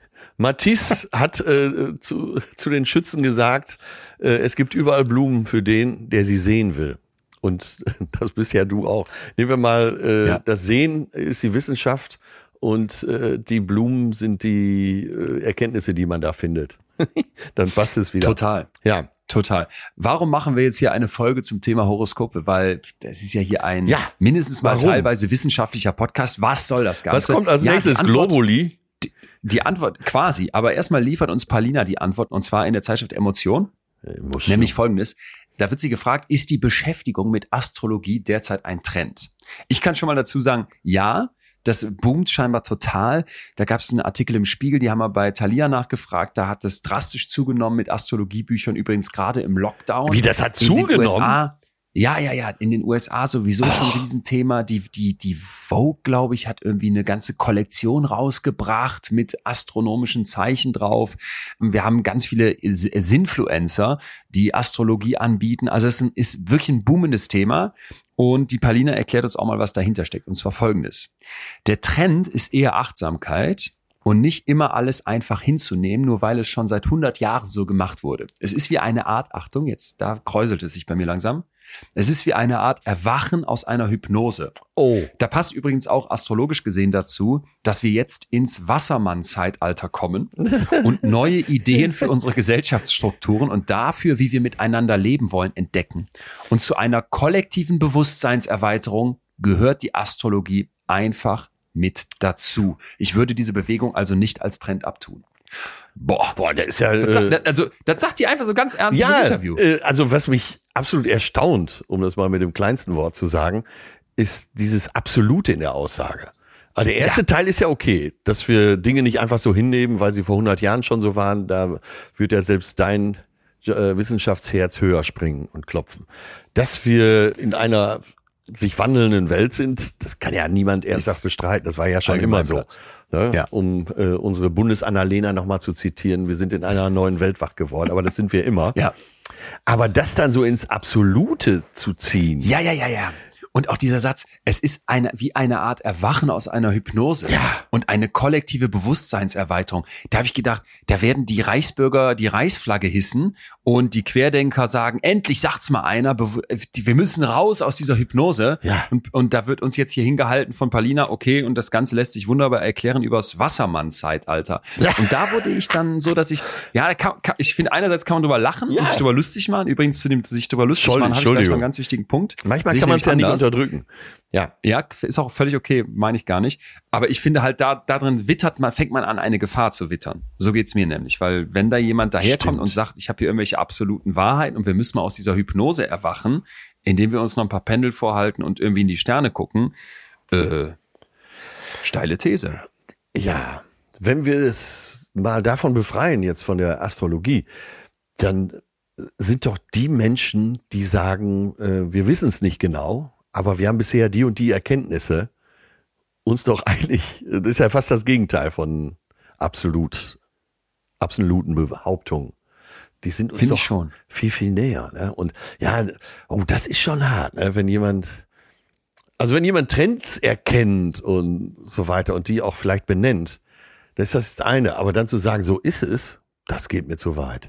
Matisse hat äh, zu, zu den Schützen gesagt, äh, es gibt überall Blumen für den, der sie sehen will. Und das bist ja du auch. Nehmen wir mal, äh, Ja. das Sehen ist die Wissenschaft und äh, die Blumen sind die äh, Erkenntnisse, die man da findet. Dann passt es wieder. Total. Ja. Total. Warum machen wir jetzt hier eine Folge zum Thema Horoskope? Weil das ist ja hier ein Ja. mindestens mal Warum? teilweise wissenschaftlicher Podcast. Was soll das Ganze? Was kommt als Ja, nächstes? die Antwort- Globuli? Die Antwort quasi, aber erstmal liefert uns Paulina die Antwort und zwar in der Zeitschrift Emotion, Äh, muss nämlich folgendes. Da wird sie gefragt, ist die Beschäftigung mit Astrologie derzeit ein Trend? Ich kann schon mal dazu sagen, ja, das boomt scheinbar total. Da gab es einen Artikel im Spiegel, die haben wir bei Thalia nachgefragt, da hat es drastisch zugenommen mit Astrologiebüchern, übrigens gerade im Lockdown. Wie, das hat In den zugenommen? U S A, ja, ja, ja, in den U S A sowieso schon ein Riesenthema. Die, die, die Vogue, glaube ich, hat irgendwie eine ganze Kollektion rausgebracht mit astronomischen Zeichen drauf. Wir haben ganz viele Sinfluencer, die Astrologie anbieten. Also es ist wirklich ein boomendes Thema. Und die Paulina erklärt uns auch mal, was dahinter steckt. Und zwar Folgendes. Der Trend ist eher Achtsamkeit und nicht immer alles einfach hinzunehmen, nur weil es schon seit hundert Jahren so gemacht wurde. Es ist wie eine Art, Achtung, jetzt da kräuselt es sich bei mir langsam. Es ist wie eine Art Erwachen aus einer Hypnose. Oh. Da passt übrigens auch astrologisch gesehen dazu, dass wir jetzt ins Wassermann-Zeitalter kommen und neue Ideen für unsere Gesellschaftsstrukturen und dafür, wie wir miteinander leben wollen, entdecken. Und zu einer kollektiven Bewusstseinserweiterung gehört die Astrologie einfach mit dazu. Ich würde diese Bewegung also nicht als Trend abtun. Boah, boah, der ist ja. Das, Äh, sagt- also, das sagt die einfach so ganz ernst im ja, Interview. äh, also was mich absolut erstaunt, um das mal mit dem kleinsten Wort zu sagen, ist dieses Absolute in der Aussage. Also der erste Teil ist ja okay, dass wir Dinge nicht einfach so hinnehmen, weil sie vor hundert Jahren schon so waren. Da wird ja selbst dein äh, Wissenschaftsherz höher springen und klopfen. Dass wir in einer sich wandelnden Welt sind, das kann ja niemand ernsthaft Ist bestreiten. Das war ja schon immer so. Allgemeinplatz. Ne? Ja. Um äh, unsere Bundes-Annalena nochmal zu zitieren, wir sind in einer neuen Welt wach geworden, aber das sind wir immer. Ja. Aber das dann so ins Absolute zu ziehen. Ja, ja, ja, ja. Und auch dieser Satz, es ist eine, wie eine Art Erwachen aus einer Hypnose Ja. und eine kollektive Bewusstseinserweiterung. Da habe ich gedacht, da werden die Reichsbürger die Reichsflagge hissen und die Querdenker sagen, endlich sagt's mal einer, bew- wir müssen raus aus dieser Hypnose. Ja. Und, und da wird uns jetzt hier hingehalten von Paulina, okay, und das Ganze lässt sich wunderbar erklären übers Wassermann-Zeitalter. Ja. Und da wurde ich dann so, dass ich, ja, da kann, kann, ich finde, einerseits kann man drüber lachen Ja. und sich drüber lustig machen. Übrigens zu dem sich drüber lustig machen, habe ich gleich noch Entschuldigung. einen ganz wichtigen Punkt. Manchmal Sehe ich kann man es ja nämlich nicht anders. unterdrücken. Ja. Ja, ist auch völlig okay, meine ich gar nicht. Aber ich finde halt, da da drin wittert man, fängt man an, eine Gefahr zu wittern. So geht's mir nämlich. Weil wenn da jemand daherkommt Stimmt. und sagt, ich habe hier irgendwelche absoluten Wahrheiten und wir müssen mal aus dieser Hypnose erwachen, indem wir uns noch ein paar Pendel vorhalten und irgendwie in die Sterne gucken, äh, steile These. Ja. Wenn wir es mal davon befreien, jetzt von der Astrologie, dann sind doch die Menschen, die sagen, äh, wir wissen es nicht genau, aber wir haben bisher die und die Erkenntnisse, uns doch eigentlich, das ist ja fast das Gegenteil von absolut, absoluten Behauptungen. Die sind uns Finde doch ich schon. viel, viel näher. Ne? Und ja, oh, das ist schon hart, ne? Wenn jemand Also wenn jemand Trends erkennt und so weiter und die auch vielleicht benennt, das ist das eine. Aber dann zu sagen, so ist es, das geht mir zu weit.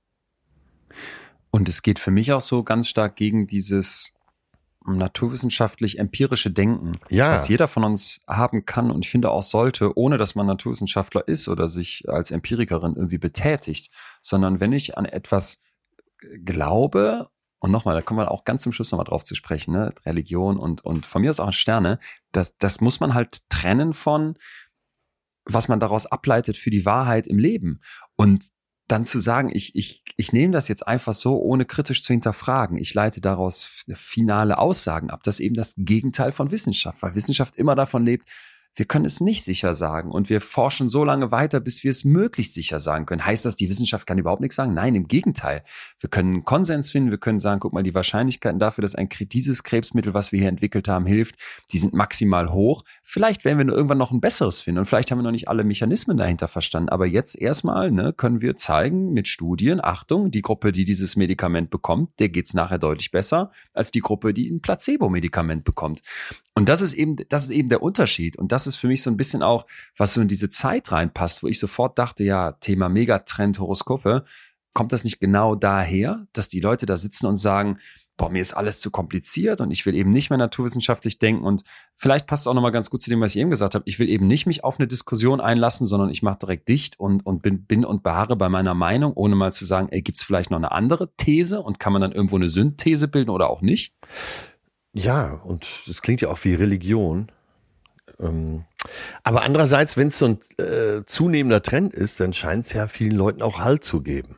Und es geht für mich auch so ganz stark gegen dieses naturwissenschaftlich-empirische Denken, Ja. was jeder von uns haben kann und ich finde auch sollte, ohne dass man Naturwissenschaftler ist oder sich als Empirikerin irgendwie betätigt, sondern wenn ich an etwas glaube, und nochmal, da kommen wir auch ganz zum Schluss nochmal drauf zu sprechen, ne? Religion und, und von mir aus auch Sterne, das, das muss man halt trennen von, was man daraus ableitet für die Wahrheit im Leben. Und dann zu sagen, ich, ich, ich nehme das jetzt einfach so, ohne kritisch zu hinterfragen. Ich leite daraus finale Aussagen ab. Das ist eben das Gegenteil von Wissenschaft, weil Wissenschaft immer davon lebt, wir können es nicht sicher sagen und wir forschen so lange weiter, bis wir es möglichst sicher sagen können. Heißt das, die Wissenschaft kann überhaupt nichts sagen? Nein, im Gegenteil. Wir können einen Konsens finden, wir können sagen, guck mal, die Wahrscheinlichkeiten dafür, dass ein dieses Krebsmittel, was wir hier entwickelt haben, hilft, die sind maximal hoch. Vielleicht werden wir nur irgendwann noch ein besseres finden und vielleicht haben wir noch nicht alle Mechanismen dahinter verstanden. Aber jetzt erstmal ne, können wir zeigen mit Studien, Achtung, die Gruppe, die dieses Medikament bekommt, der geht's nachher deutlich besser als die Gruppe, die ein Placebo-Medikament bekommt. Und das ist eben, das ist eben der Unterschied. Und das ist für mich so ein bisschen auch, was so in diese Zeit reinpasst, wo ich sofort dachte, ja, Thema Megatrend, Horoskope, kommt das nicht genau daher, dass die Leute da sitzen und sagen, boah, mir ist alles zu kompliziert und ich will eben nicht mehr naturwissenschaftlich denken und vielleicht passt es auch nochmal ganz gut zu dem, was ich eben gesagt habe. Ich will eben nicht mich auf eine Diskussion einlassen, sondern ich mache direkt dicht und, und bin, bin und beharre bei meiner Meinung, ohne mal zu sagen, ey, gibt es vielleicht noch eine andere These und kann man dann irgendwo eine Synthese bilden oder auch nicht? Ja, und das klingt ja auch wie Religion. Ähm, aber andererseits, wenn es so ein äh, zunehmender Trend ist, dann scheint es ja vielen Leuten auch Halt zu geben.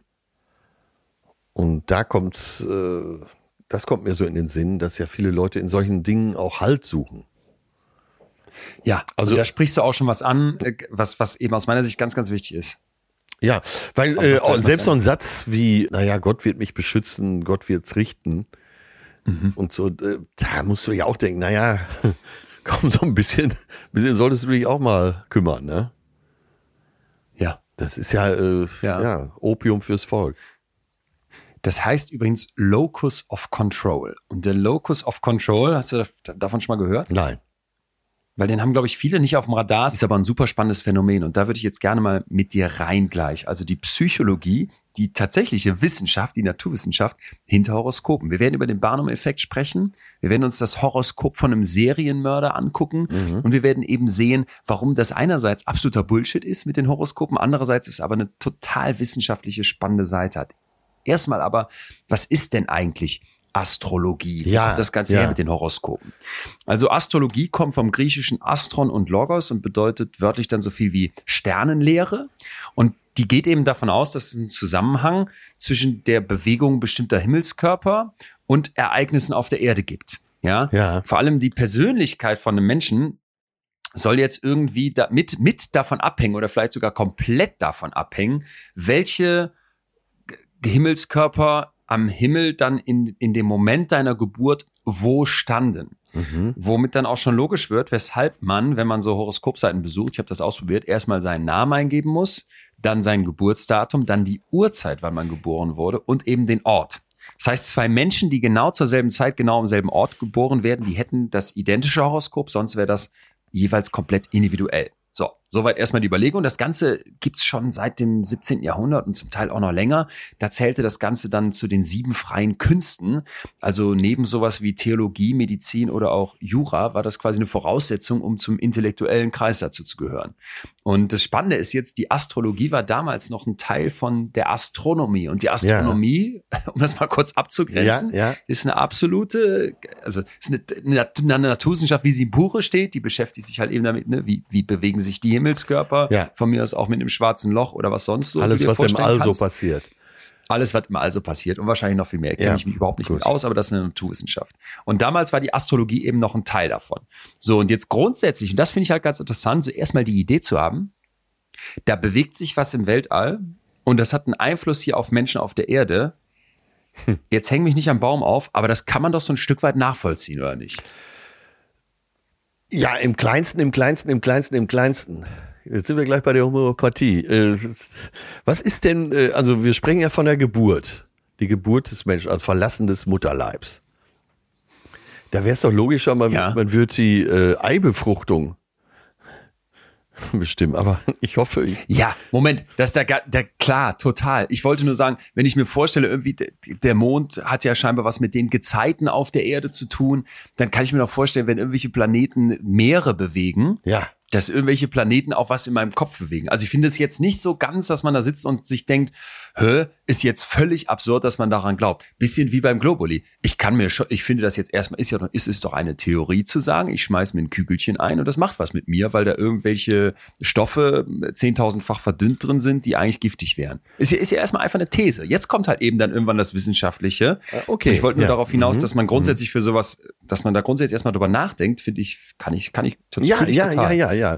Und da kommt, äh, das kommt mir so in den Sinn, dass ja viele Leute in solchen Dingen auch Halt suchen. Ja, also und da sprichst du auch schon was an, was, was eben aus meiner Sicht ganz, ganz wichtig ist. Ja, weil Also, äh, selbst so ein Satz wie, naja, Gott wird mich beschützen, Gott wird's richten, mhm. und so, äh, da musst du ja auch denken, naja, komm, so ein bisschen, ein bisschen solltest du dich auch mal kümmern, ne? Ja. Das ist ja, äh, ja. ja Opium fürs Volk. Das heißt übrigens Locus of Control. Und der Locus of Control, hast du davon schon mal gehört? Nein. Weil den haben, glaube ich, viele nicht auf dem Radar. Das ist aber ein super spannendes Phänomen. Und da würde ich jetzt gerne mal mit dir rein gleich. Also die Psychologie, die tatsächliche Wissenschaft, die Naturwissenschaft hinter Horoskopen. Wir werden über den Barnum-Effekt sprechen. Wir werden uns das Horoskop von einem Serienmörder angucken. Mhm. Und wir werden eben sehen, warum das einerseits absoluter Bullshit ist mit den Horoskopen. Andererseits ist aber eine total wissenschaftliche, spannende Seite hat. Erstmal aber, was ist denn eigentlich Astrologie? Wie ja, kommt das Ganze ja. her mit den Horoskopen? Also Astrologie kommt vom griechischen Astron und Logos und bedeutet wörtlich dann so viel wie Sternenlehre. Und die geht eben davon aus, dass es einen Zusammenhang zwischen der Bewegung bestimmter Himmelskörper und Ereignissen auf der Erde gibt. Ja? Ja. Vor allem die Persönlichkeit von einem Menschen soll jetzt irgendwie da mit, mit davon abhängen oder vielleicht sogar komplett davon abhängen, welche Himmelskörper am Himmel dann in, in dem Moment deiner Geburt wo standen. Mhm. Womit dann auch schon logisch wird, weshalb man, wenn man so Horoskopseiten besucht, ich habe das ausprobiert, erstmal seinen Namen eingeben muss, dann sein Geburtsdatum, dann die Uhrzeit, wann man geboren wurde und eben den Ort. Das heißt, zwei Menschen, die genau zur selben Zeit, genau am selben Ort geboren werden, die hätten das identische Horoskop, sonst wäre das jeweils komplett individuell. So, soweit erstmal die Überlegung. Das Ganze gibt's schon seit dem siebzehnten Jahrhundert und zum Teil auch noch länger. Da zählte das Ganze dann zu den sieben freien Künsten. Also neben sowas wie Theologie, Medizin oder auch Jura war das quasi eine Voraussetzung, um zum intellektuellen Kreis dazu zu gehören. Und das Spannende ist jetzt, die Astrologie war damals noch ein Teil von der Astronomie. Und die Astronomie, ja. um das mal kurz abzugrenzen, ja, ja. ist eine absolute, also ist eine, eine Naturwissenschaft, wie sie im Buche steht, die beschäftigt sich halt eben damit, ne, wie, wie bewegen sich die Himmelskörper, ja. von mir aus auch mit einem schwarzen Loch oder was sonst so. Alles, was im All so passiert. Alles, was im All so passiert und wahrscheinlich noch viel mehr. Kenne ja, ich mich überhaupt nicht gut. mit aus, aber das ist eine Naturwissenschaft. Und damals war die Astrologie eben noch ein Teil davon. So, und jetzt grundsätzlich, und das finde ich halt ganz interessant, so erstmal die Idee zu haben, da bewegt sich was im Weltall und das hat einen Einfluss hier auf Menschen auf der Erde. Hm. Jetzt häng mich nicht am Baum auf, aber das kann man doch so ein Stück weit nachvollziehen, oder nicht? Ja, im Kleinsten, im Kleinsten, im Kleinsten, im Kleinsten. Jetzt sind wir gleich bei der Homöopathie. Was ist denn, also wir sprechen ja von der Geburt. Die Geburt des Menschen, also Verlassen des Mutterleibs. Da wäre es doch logischer, man, Ja. man würde die äh, Eibefruchtung bestimmen. Aber ich hoffe, ich, Ja, Moment, das ist der, ga- der klar, total. Ich wollte nur sagen, wenn ich mir vorstelle, irgendwie der, der Mond hat ja scheinbar was mit den Gezeiten auf der Erde zu tun, dann kann ich mir noch vorstellen, wenn irgendwelche Planeten Meere bewegen, ja. dass irgendwelche Planeten auch was in meinem Kopf bewegen. Also ich finde es jetzt nicht so ganz, dass man da sitzt und sich denkt, hä, ist jetzt völlig absurd, dass man daran glaubt. Bisschen wie beim Globuli. Ich kann mir schon, ich finde das jetzt erstmal, ist ja, ist es doch eine Theorie zu sagen, ich schmeiß mir ein Kügelchen ein und das macht was mit mir, weil da irgendwelche Stoffe zehntausendfach verdünnt drin sind, die eigentlich giftig wären. Ist ja, ist ja erstmal einfach eine These. Jetzt kommt halt eben dann irgendwann das Wissenschaftliche. Okay. Und ich wollte nur ja. darauf hinaus, Mhm. dass man grundsätzlich für sowas, dass man da grundsätzlich erstmal drüber nachdenkt, finde ich, kann ich, kann ich, Ja, finde ich ja, total. ja, ja, ja.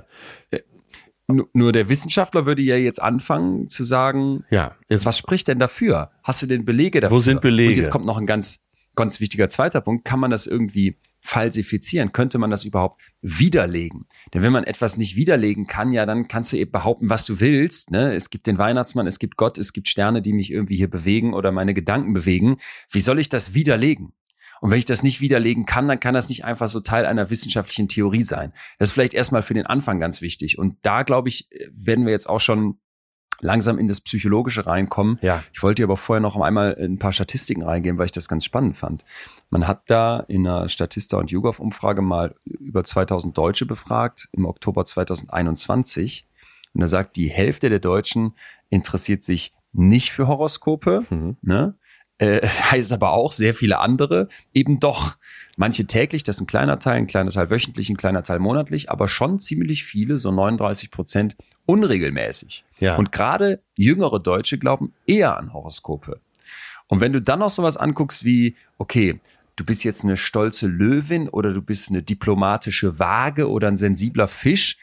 Nur, nur der Wissenschaftler würde ja jetzt anfangen zu sagen, Ja, jetzt, was spricht denn dafür? Hast du denn Belege dafür? Wo sind Belege? Und jetzt kommt noch ein ganz, ganz wichtiger zweiter Punkt. Kann man das irgendwie falsifizieren? Könnte man das überhaupt widerlegen? Denn wenn man etwas nicht widerlegen kann, ja, dann kannst du eben behaupten, was du willst. Ne? Es gibt den Weihnachtsmann, es gibt Gott, es gibt Sterne, die mich irgendwie hier bewegen oder meine Gedanken bewegen. Wie soll ich das widerlegen? Und wenn ich das nicht widerlegen kann, dann kann das nicht einfach so Teil einer wissenschaftlichen Theorie sein. Das ist vielleicht erstmal für den Anfang ganz wichtig. Und da, glaube ich, werden wir jetzt auch schon langsam in das Psychologische reinkommen. ja. Ich wollte aber vorher noch einmal ein paar Statistiken reingehen, weil ich das ganz spannend fand. Man hat da in einer Statista- und YouGov-Umfrage mal über zweitausend Deutsche befragt, im Oktober zweitausendeinundzwanzig. Und da sagt, die Hälfte der Deutschen interessiert sich nicht für Horoskope, Mhm. ne? Äh, heißt aber auch sehr viele andere eben doch. Manche täglich, das ist ein kleiner Teil, ein kleiner Teil wöchentlich, ein kleiner Teil monatlich, aber schon ziemlich viele, so neununddreißig Prozent unregelmäßig. Ja. Und gerade jüngere Deutsche glauben eher an Horoskope. Und wenn du dann noch sowas anguckst wie, okay, du bist jetzt eine stolze Löwin oder du bist eine diplomatische Waage oder ein sensibler Fisch,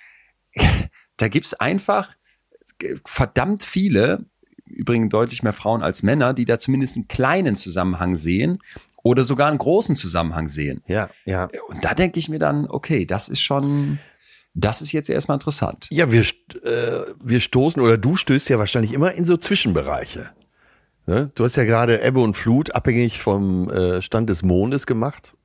da gibt's einfach verdammt viele, übrigens deutlich mehr Frauen als Männer, die da zumindest einen kleinen Zusammenhang sehen oder sogar einen großen Zusammenhang sehen. Ja, ja. Und da denke ich mir dann, okay, das ist schon, das ist jetzt erstmal interessant. Ja, wir, st- äh, wir stoßen oder du stößt ja wahrscheinlich immer in so Zwischenbereiche. Ne? Du hast ja gerade Ebbe und Flut abhängig vom äh, Stand des Mondes gemacht.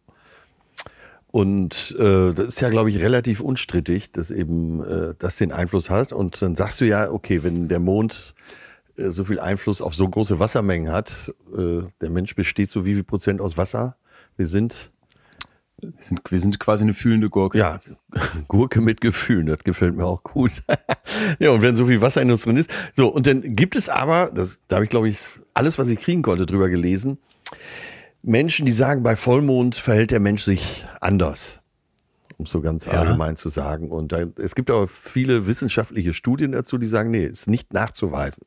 Und äh, das ist ja, glaube ich, relativ unstrittig, dass eben äh, das den Einfluss hat. Und dann sagst du ja, okay, wenn der Mond äh, so viel Einfluss auf so große Wassermengen hat, äh, der Mensch besteht so wie viel Prozent aus Wasser? Wir sind Wir sind, wir sind quasi eine fühlende Gurke. ja, Gurke mit Gefühlen, das gefällt mir auch gut. Ja, und wenn so viel Wasser in uns drin ist. So, und dann gibt es aber, das, da habe ich, glaube ich, alles, was ich kriegen konnte, drüber gelesen, Menschen, die sagen, bei Vollmond verhält der Mensch sich anders, um so ganz Ja. allgemein zu sagen. Und da, es gibt aber viele wissenschaftliche Studien dazu, die sagen, nee, ist nicht nachzuweisen.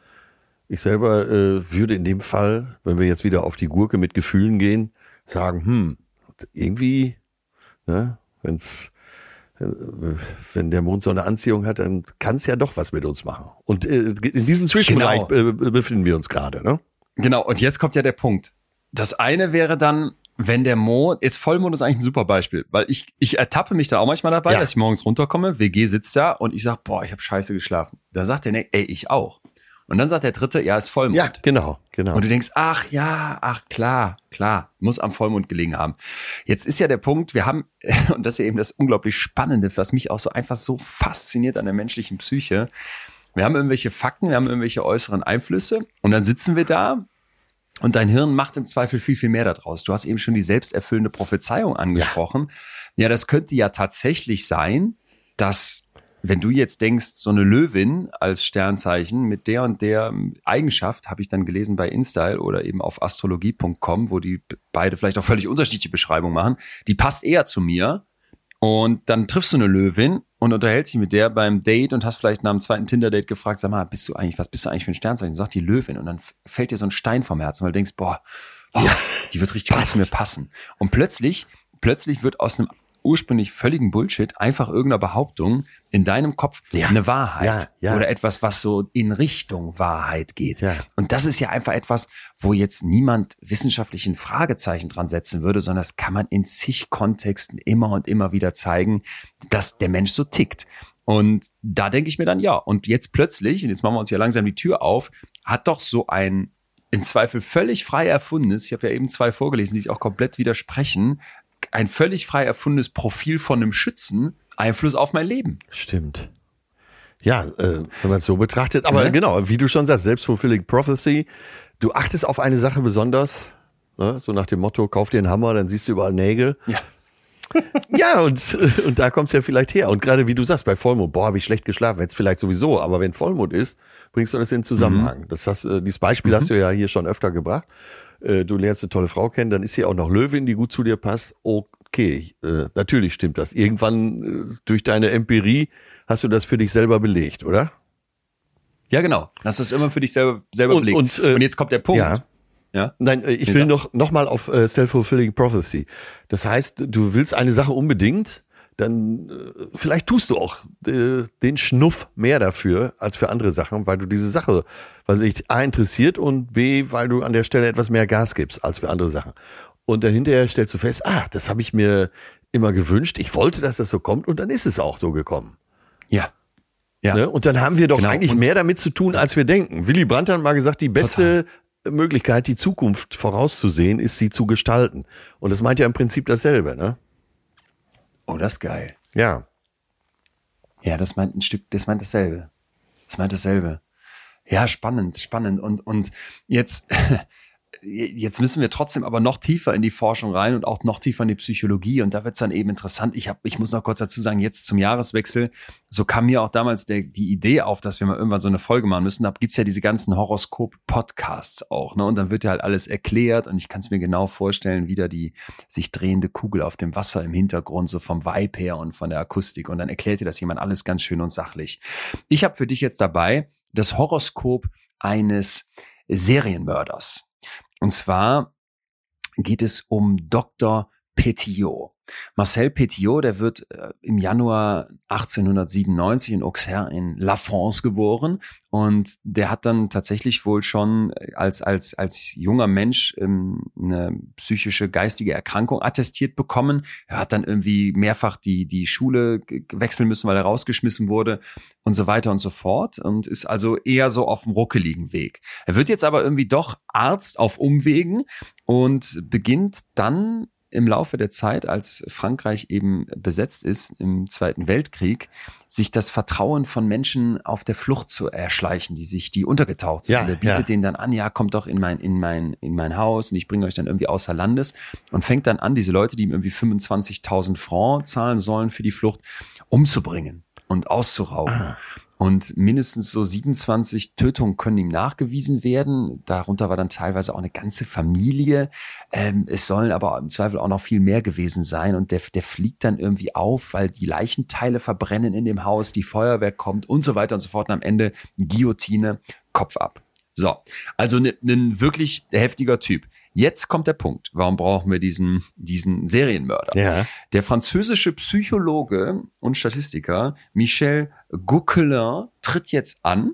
Ich selber äh, würde in dem Fall, wenn wir jetzt wieder auf die Gurke mit Gefühlen gehen, sagen, hm, irgendwie, ne, wenn's, äh, wenn der Mond so eine Anziehung hat, dann kann es ja doch was mit uns machen. Und äh, in diesem Zwischenbereich Genau. äh, befinden wir uns gerade, ne? Genau, und jetzt kommt ja der Punkt. Das eine wäre dann, wenn der Mond, jetzt Vollmond ist eigentlich ein super Beispiel, weil ich, ich ertappe mich da auch manchmal dabei, Ja. dass ich morgens runterkomme, W G sitzt da und ich sag, boah, ich habe scheiße geschlafen. Da sagt der, ne, ey, ich auch. Und dann sagt der dritte, ja, ist Vollmond. Ja, genau, genau. Und du denkst, ach ja, ach klar, klar, muss am Vollmond gelegen haben. Jetzt ist ja der Punkt, wir haben, und das ist ja eben das unglaublich Spannende, was mich auch so einfach so fasziniert an der menschlichen Psyche. Wir haben irgendwelche Fakten, wir haben irgendwelche äußeren Einflüsse und dann sitzen wir da und dein Hirn macht im Zweifel viel, viel mehr daraus. Du hast eben schon die selbsterfüllende Prophezeiung angesprochen. Ja, ja, das könnte ja tatsächlich sein, dass wenn du jetzt denkst, so eine Löwin als Sternzeichen mit der und der Eigenschaft, habe ich dann gelesen bei InStyle oder eben auf astrologie punkt com, wo die beide vielleicht auch völlig unterschiedliche Beschreibungen machen, die passt eher zu mir. Und dann triffst du eine Löwin und unterhältst dich mit der beim Date und hast vielleicht nach dem zweiten Tinder-Date gefragt, sag mal, bist du eigentlich, was bist du eigentlich für ein Sternzeichen? Sagt die Löwin. Und dann fällt dir so ein Stein vom Herzen, weil du denkst, boah, oh, Ja, die wird richtig gut passt. zu mir passen. Und plötzlich, plötzlich wird aus einem ursprünglich völligen Bullshit einfach irgendeiner Behauptung in deinem Kopf Ja. eine Wahrheit Ja, ja. oder etwas, was so in Richtung Wahrheit geht. Ja. Und das ist ja einfach etwas, wo jetzt niemand wissenschaftlich ein Fragezeichen dran setzen würde, sondern das kann man in zig Kontexten immer und immer wieder zeigen, dass der Mensch so tickt. Und da denke ich mir dann, ja, und jetzt plötzlich, und jetzt machen wir uns ja langsam die Tür auf, hat doch so ein im Zweifel völlig frei erfundenes, ich habe ja eben zwei vorgelesen, die sich auch komplett widersprechen, ein völlig frei erfundenes Profil von einem Schützen Einfluss auf mein Leben. Stimmt. Ja, äh, wenn man es so betrachtet. Aber ja. genau, wie du schon sagst, Self-Fulfilling Prophecy. Du achtest auf eine Sache besonders, ne? So nach dem Motto, kauf dir einen Hammer, dann siehst du überall Nägel. Ja. Ja, und, und da kommt es ja vielleicht her. Und gerade wie du sagst, bei Vollmond, boah, habe ich schlecht geschlafen, jetzt vielleicht sowieso, aber wenn Vollmond ist, bringst du das in Zusammenhang. Mhm. Das hast, äh, dieses Beispiel mhm. hast du ja hier schon öfter gebracht. Äh, du lernst eine tolle Frau kennen, dann ist sie auch noch Löwin, die gut zu dir passt. Okay, äh, natürlich stimmt das. Irgendwann äh, durch deine Empirie hast du das für dich selber belegt, oder? Ja, genau. Hast du es immer für dich selber, selber und, belegt. Und, äh, und jetzt kommt der Punkt. Ja. Ja? Nein, ich will noch, noch mal auf äh, Self-Fulfilling Prophecy. Das heißt, du willst eine Sache unbedingt, dann äh, vielleicht tust du auch äh, den Schnuff mehr dafür als für andere Sachen, weil du diese Sache, was dich A interessiert und B, weil du an der Stelle etwas mehr Gas gibst als für andere Sachen. Und dann hinterher stellst du fest, ah, das habe ich mir immer gewünscht. Ich wollte, dass das so kommt und dann ist es auch so gekommen. Ja. Ja. Ne? Und dann haben wir doch genau. eigentlich und mehr damit zu tun, als wir denken. Willy Brandt hat mal gesagt, die beste Total. Möglichkeit, die Zukunft vorauszusehen, ist sie zu gestalten. Und das meint ja im Prinzip dasselbe, ne? Oh, das ist geil. Ja. Ja, das meint ein Stück, das meint dasselbe. Das meint dasselbe. Ja, spannend, spannend. Und, und jetzt, jetzt müssen wir trotzdem aber noch tiefer in die Forschung rein und auch noch tiefer in die Psychologie. Und da wird es dann eben interessant. Ich habe, ich muss noch kurz dazu sagen, jetzt zum Jahreswechsel, so kam mir auch damals der, die Idee auf, dass wir mal irgendwann so eine Folge machen müssen. Da gibt's ja diese ganzen Horoskop-Podcasts auch, ne? Und dann wird ja halt alles erklärt und ich kann es mir genau vorstellen, wieder die sich drehende Kugel auf dem Wasser im Hintergrund, so vom Vibe her und von der Akustik. Und dann erklärt dir das jemand alles ganz schön und sachlich. Ich habe für dich jetzt dabei das Horoskop eines Serienmörders. Und zwar geht es um Doktor Petiot. Marcel Petiot, der wird äh, im Januar achtzehnhundertsiebenundneunzig in Auxerre in La France geboren und der hat dann tatsächlich wohl schon als als als junger Mensch ähm, eine psychische geistige Erkrankung attestiert bekommen. Er hat dann irgendwie mehrfach die die Schule g- wechseln müssen, weil er rausgeschmissen wurde und so weiter und so fort und ist also eher so auf dem ruckeligen Weg. Er wird jetzt aber irgendwie doch Arzt auf Umwegen und beginnt dann im Laufe der Zeit, als Frankreich eben besetzt ist im Zweiten Weltkrieg, sich das Vertrauen von Menschen auf der Flucht zu erschleichen, die sich, die untergetaucht sind. Ja, und er bietet ja. denen dann an, ja, kommt doch in mein, in mein, in mein Haus und ich bringe euch dann irgendwie außer Landes und fängt dann an, diese Leute, die ihm irgendwie fünfundzwanzigtausend Francs zahlen sollen für die Flucht, umzubringen und auszurauben. Ah. Und mindestens so siebenundzwanzig Tötungen können ihm nachgewiesen werden. Darunter war dann teilweise auch eine ganze Familie. Ähm, es sollen aber im Zweifel auch noch viel mehr gewesen sein. Und der, der fliegt dann irgendwie auf, weil die Leichenteile verbrennen in dem Haus, die Feuerwehr kommt und so weiter und so fort. Und am Ende Guillotine, Kopf ab. So, also ein ne, wirklich heftiger Typ. Jetzt kommt der Punkt. Warum brauchen wir diesen, diesen Serienmörder? Ja. Der französische Psychologe und Statistiker Michel Gauquelin tritt jetzt an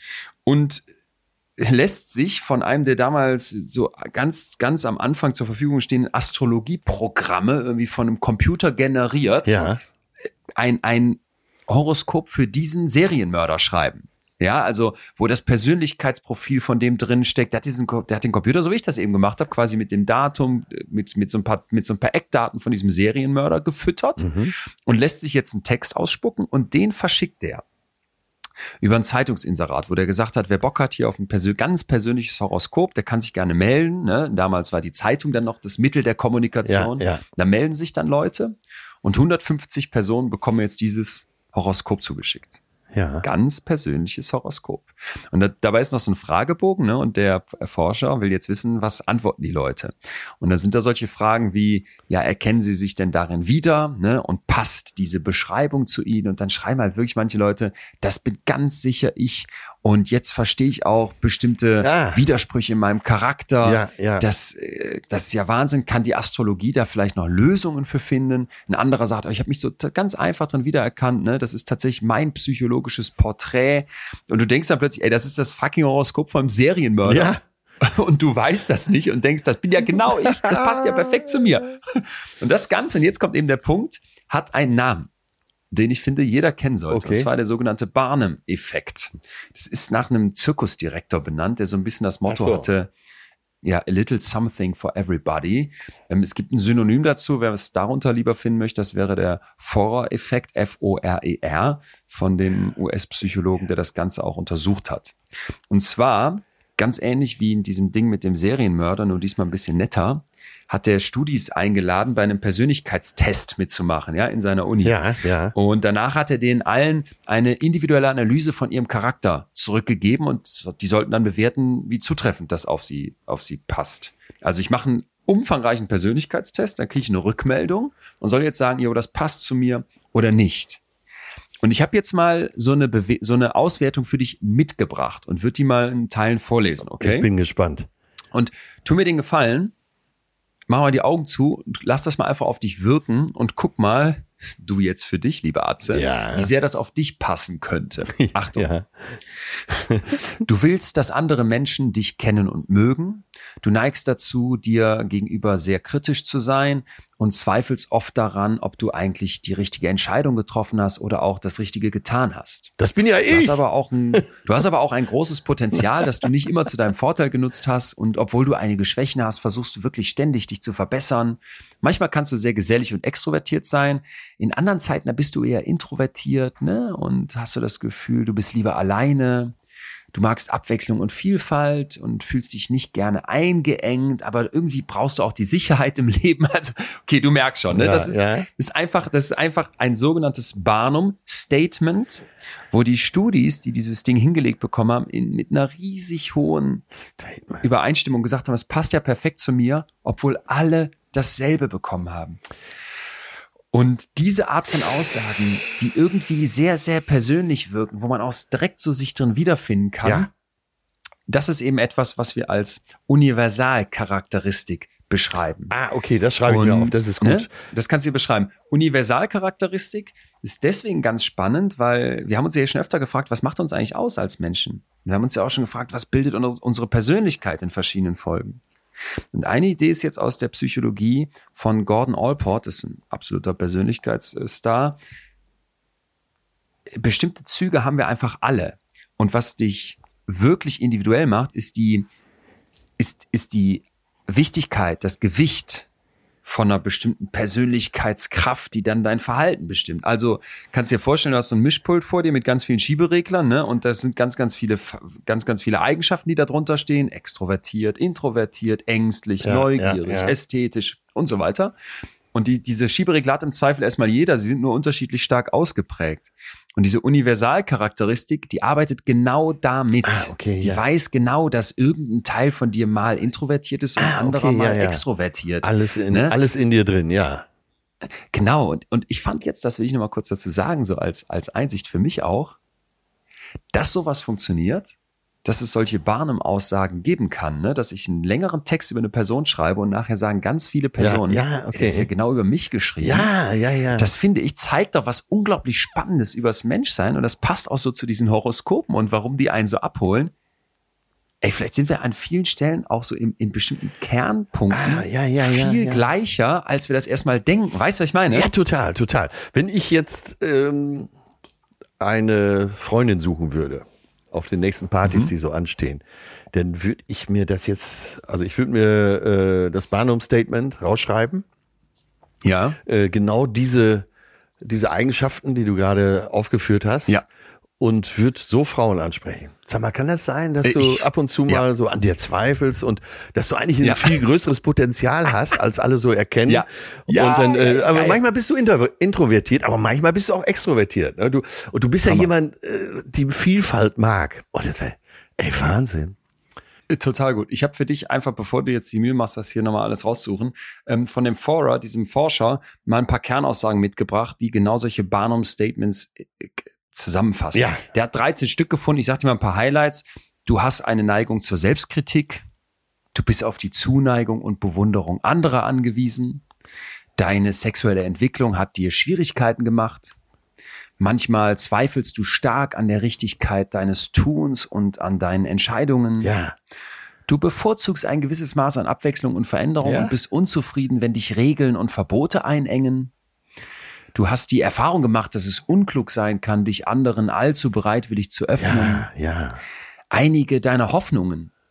und lässt sich von einem der damals so ganz, ganz am Anfang zur Verfügung stehenden Astrologieprogramme irgendwie von einem Computer generiert, Ja. ein, ein Horoskop für diesen Serienmörder schreiben. Ja, also wo das Persönlichkeitsprofil von dem drin steckt, der hat diesen, der hat den Computer, so wie ich das eben gemacht habe, quasi mit dem Datum, mit mit so ein paar mit so ein paar Eckdaten von diesem Serienmörder gefüttert Mhm. und lässt sich jetzt einen Text ausspucken und den verschickt der über ein Zeitungsinserat, wo der gesagt hat, wer Bock hat hier auf ein persö- ganz persönliches Horoskop, der kann sich gerne melden. Ne? Damals war die Zeitung dann noch das Mittel der Kommunikation. Ja, ja. Da melden sich dann Leute und hundertfünfzig Personen bekommen jetzt dieses Horoskop zugeschickt. Ja. Ganz persönliches Horoskop. Und da, dabei ist noch so ein Fragebogen, ne? Und der Forscher will jetzt wissen, was antworten die Leute. Und da sind da solche Fragen wie, ja, erkennen sie sich denn darin wieder, ne? Und passt diese Beschreibung zu ihnen? Und dann schreiben halt wirklich manche Leute, das bin ganz sicher ich. Und jetzt verstehe ich auch bestimmte Ah. Widersprüche in meinem Charakter. Ja, ja. Das, äh, das ist ja Wahnsinn. Kann die Astrologie da vielleicht noch Lösungen für finden? Ein anderer sagt, oh, ich habe mich so t- ganz einfach drin wiedererkannt. Ne? Das ist tatsächlich mein psychologisches Porträt. Und du denkst dann plötzlich, ey, das ist das fucking Horoskop vom Serienmörder. Ja. Und du weißt das nicht und denkst, das bin ja genau ich. Das passt ja perfekt zu mir. Und das Ganze, und jetzt kommt eben der Punkt, hat einen Namen, den ich finde, jeder kennen sollte. Okay. Und zwar der sogenannte Barnum-Effekt. Das ist nach einem Zirkusdirektor benannt, der so ein bisschen das Motto Ach so. hatte, ja, a little something for everybody. Ähm, es gibt ein Synonym dazu, wer es darunter lieber finden möchte, das wäre der Forer-Effekt, F O R E R, von dem U S-Psychologen, der das Ganze auch untersucht hat. Und zwar, ganz ähnlich wie in diesem Ding mit dem Serienmörder, nur diesmal ein bisschen netter, hat der Studis eingeladen, bei einem Persönlichkeitstest mitzumachen, ja, in seiner Uni. Ja, ja. Und danach hat er denen allen eine individuelle Analyse von ihrem Charakter zurückgegeben und die sollten dann bewerten, wie zutreffend das auf sie, auf sie passt. Also ich mache einen umfangreichen Persönlichkeitstest, dann kriege ich eine Rückmeldung und soll jetzt sagen, jo, das passt zu mir oder nicht. Und ich habe jetzt mal so eine, Bewe- so eine Auswertung für dich mitgebracht und würde die mal in Teilen vorlesen, okay? Ich bin gespannt. Und tu mir den Gefallen, mach mal die Augen zu und lass das mal einfach auf dich wirken und guck mal, du jetzt für dich, liebe Atze, Ja. wie sehr das auf dich passen könnte. Achtung. Ja. Du willst, dass andere Menschen dich kennen und mögen. Du neigst dazu, dir gegenüber sehr kritisch zu sein und zweifelst oft daran, ob du eigentlich die richtige Entscheidung getroffen hast oder auch das Richtige getan hast. Das bin ja Du hast ich. aber auch ein, du hast aber auch ein großes Potenzial, das du nicht immer zu deinem Vorteil genutzt hast. Und obwohl du einige Schwächen hast, versuchst du wirklich ständig, dich zu verbessern. Manchmal kannst du sehr gesellig und extrovertiert sein. In anderen Zeiten, da bist du eher introvertiert, ne? Und hast du das Gefühl, du bist lieber alleine. Du magst Abwechslung und Vielfalt und fühlst dich nicht gerne eingeengt, aber irgendwie brauchst du auch die Sicherheit im Leben. Also, okay, du merkst schon, ne? Ja, Das ist, ja. ist einfach, das ist einfach ein sogenanntes Barnum-Statement, wo die Studis, die dieses Ding hingelegt bekommen haben, in, mit einer riesig hohen Statement. Übereinstimmung gesagt haben, es passt ja perfekt zu mir, obwohl alle dasselbe bekommen haben. Und diese Art von Aussagen, die irgendwie sehr, sehr persönlich wirken, wo man auch direkt so sich drin wiederfinden kann, Ja. das ist eben etwas, was wir als Universalcharakteristik beschreiben. Ah, okay, das schreibe ich mir Und, auf. Das ist gut. Ne, das kannst du dir beschreiben. Universalcharakteristik ist deswegen ganz spannend, weil wir haben uns ja schon öfter gefragt, was macht uns eigentlich aus als Menschen? Wir haben uns ja auch schon gefragt, was bildet unsere Persönlichkeit in verschiedenen Folgen? Und eine Idee ist jetzt aus der Psychologie von Gordon Allport, das ist ein absoluter Persönlichkeitsstar. Bestimmte Züge haben wir einfach alle. Und was dich wirklich individuell macht, ist die, ist, ist die Wichtigkeit, das Gewicht von einer bestimmten Persönlichkeitskraft, die dann dein Verhalten bestimmt. Also kannst dir vorstellen, du hast so ein Mischpult vor dir mit ganz vielen Schiebereglern, ne? Und das sind ganz, ganz viele, ganz, ganz viele Eigenschaften, die da drunter stehen. Extrovertiert, introvertiert, ängstlich, Ja, neugierig, ja, ja. ästhetisch und so weiter. Und die, diese Schieberegler hat im Zweifel erstmal jeder, sie sind nur unterschiedlich stark ausgeprägt. Und diese Universalcharakteristik, die arbeitet genau damit. Ah, okay, die ja. weiß genau, dass irgendein Teil von dir mal introvertiert ist und ein Ah, anderer okay, mal ja, ja. extrovertiert. Alles in, Ne? alles in dir drin, ja. Genau. Und, und ich fand jetzt, das will ich noch mal kurz dazu sagen, so als, als Einsicht für mich auch, dass sowas funktioniert, dass es solche Barnum-Aussagen geben kann, ne? Dass ich einen längeren Text über eine Person schreibe und nachher sagen ganz viele Personen, Ja, ja, okay. das ist ja genau über mich geschrieben. Ja, ja, ja. Das finde ich, zeigt doch was unglaublich Spannendes übers Menschsein und das passt auch so zu diesen Horoskopen und warum die einen so abholen. Ey, vielleicht sind wir an vielen Stellen auch so in, in bestimmten Kernpunkten Ah, ja, ja, ja, viel ja. gleicher, als wir das erstmal denken. Weißt du, was ich meine? Ja, total, total. Wenn ich jetzt ähm, eine Freundin suchen würde auf den nächsten Partys, Mhm. die so anstehen, dann würde ich mir das jetzt, also ich würde mir äh, das Barnum-Statement rausschreiben. Ja. Äh, genau diese, diese Eigenschaften, die du gerade aufgeführt hast. Ja. Und würde so Frauen ansprechen. Sag mal, kann das sein, dass Äh, du ich- ab und zu mal ja. so an dir zweifelst und dass du eigentlich ein Ja. viel größeres Potenzial hast, als alle so erkennen? Ja. Ja, und dann, äh, ja, aber geil. manchmal bist du inter- introvertiert, aber manchmal bist du auch extrovertiert. Ne? Du, und du bist ja Hammer. jemand, äh, die Vielfalt mag. Oh, das ist, ey, Wahnsinn. Total gut. Ich habe für dich einfach, bevor du jetzt die Mühe machst, das hier nochmal alles raussuchen, ähm, von dem Forer, diesem Forscher, mal ein paar Kernaussagen mitgebracht, die genau solche Barnum-Statements äh, zusammenfassen. Ja. Der hat dreizehn Stück gefunden. Ich sag dir mal ein paar Highlights. Du hast eine Neigung zur Selbstkritik. Du bist auf die Zuneigung und Bewunderung anderer angewiesen. Deine sexuelle Entwicklung hat dir Schwierigkeiten gemacht. Manchmal zweifelst du stark an der Richtigkeit deines Tuns und an deinen Entscheidungen. Ja. Du bevorzugst ein gewisses Maß an Abwechslung und Veränderung Ja. und bist unzufrieden, wenn dich Regeln und Verbote einengen. Du hast die Erfahrung gemacht, dass es unklug sein kann, dich anderen allzu bereitwillig zu öffnen. Ja, ja. Einige deiner Hoffnungen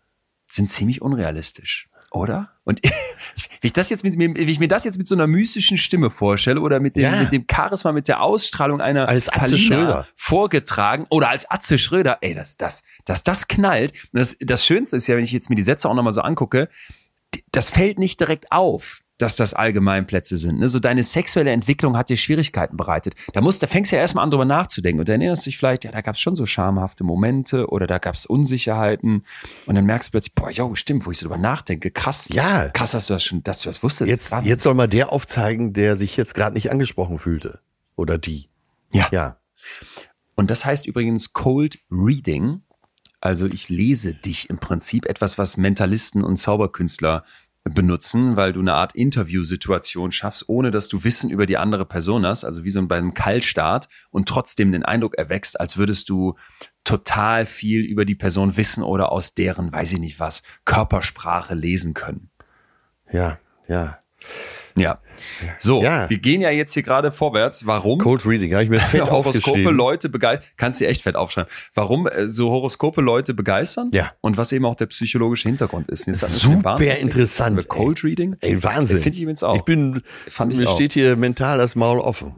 sind ziemlich unrealistisch, oder? Und wie ich das jetzt mit mir, wie ich mir das jetzt mit so einer mystischen Stimme vorstelle oder mit dem, Ja. mit dem Charisma, mit der Ausstrahlung einer Als Atze Palina Schröder. vorgetragen oder als Atze Schröder, ey, das, das, das, das knallt. Und das, das Schönste ist ja, wenn ich jetzt mir die Sätze auch nochmal so angucke, das fällt nicht direkt auf, dass das Allgemeinplätze sind. Ne? So deine sexuelle Entwicklung hat dir Schwierigkeiten bereitet. Da musst, da fängst du ja erstmal an, drüber nachzudenken. Und da erinnerst du dich vielleicht, ja, da gab es schon so schamhafte Momente oder da gab es Unsicherheiten. Und dann merkst du plötzlich, boah, ja, stimmt, wo ich so drüber nachdenke. Krass. Ja. Krass, dass du das schon, dass du das wusstest. Jetzt, Wahnsinn. jetzt soll mal der aufzeigen, der sich jetzt gerade nicht angesprochen fühlte. Oder die. Ja. Ja. Und das heißt übrigens Cold Reading. Also ich lese dich im Prinzip, etwas, was Mentalisten und Zauberkünstler benutzen, weil du eine Art Interviewsituation schaffst, ohne dass du Wissen über die andere Person hast, also wie so bei einem Kaltstart und trotzdem den Eindruck erwächst, als würdest du total viel über die Person wissen oder aus deren, weiß ich nicht was, Körpersprache lesen können. Ja, ja. Ja. So, Ja. wir gehen ja jetzt hier gerade vorwärts. Warum? Cold Reading, habe ich mir fett Horoskope aufgeschrieben. Leute begeistern. Kannst du dir echt fett aufschreiben. Warum äh, so Horoskope Leute begeistern? Ja. Und was eben auch der psychologische Hintergrund ist. Jetzt hatten wir den Super Bahnhof- interessant. Über Cold Reading. Ey, Wahnsinn. Finde ich übrigens auch. Ich bin, Fand ich mir auch. steht hier mental das Maul offen.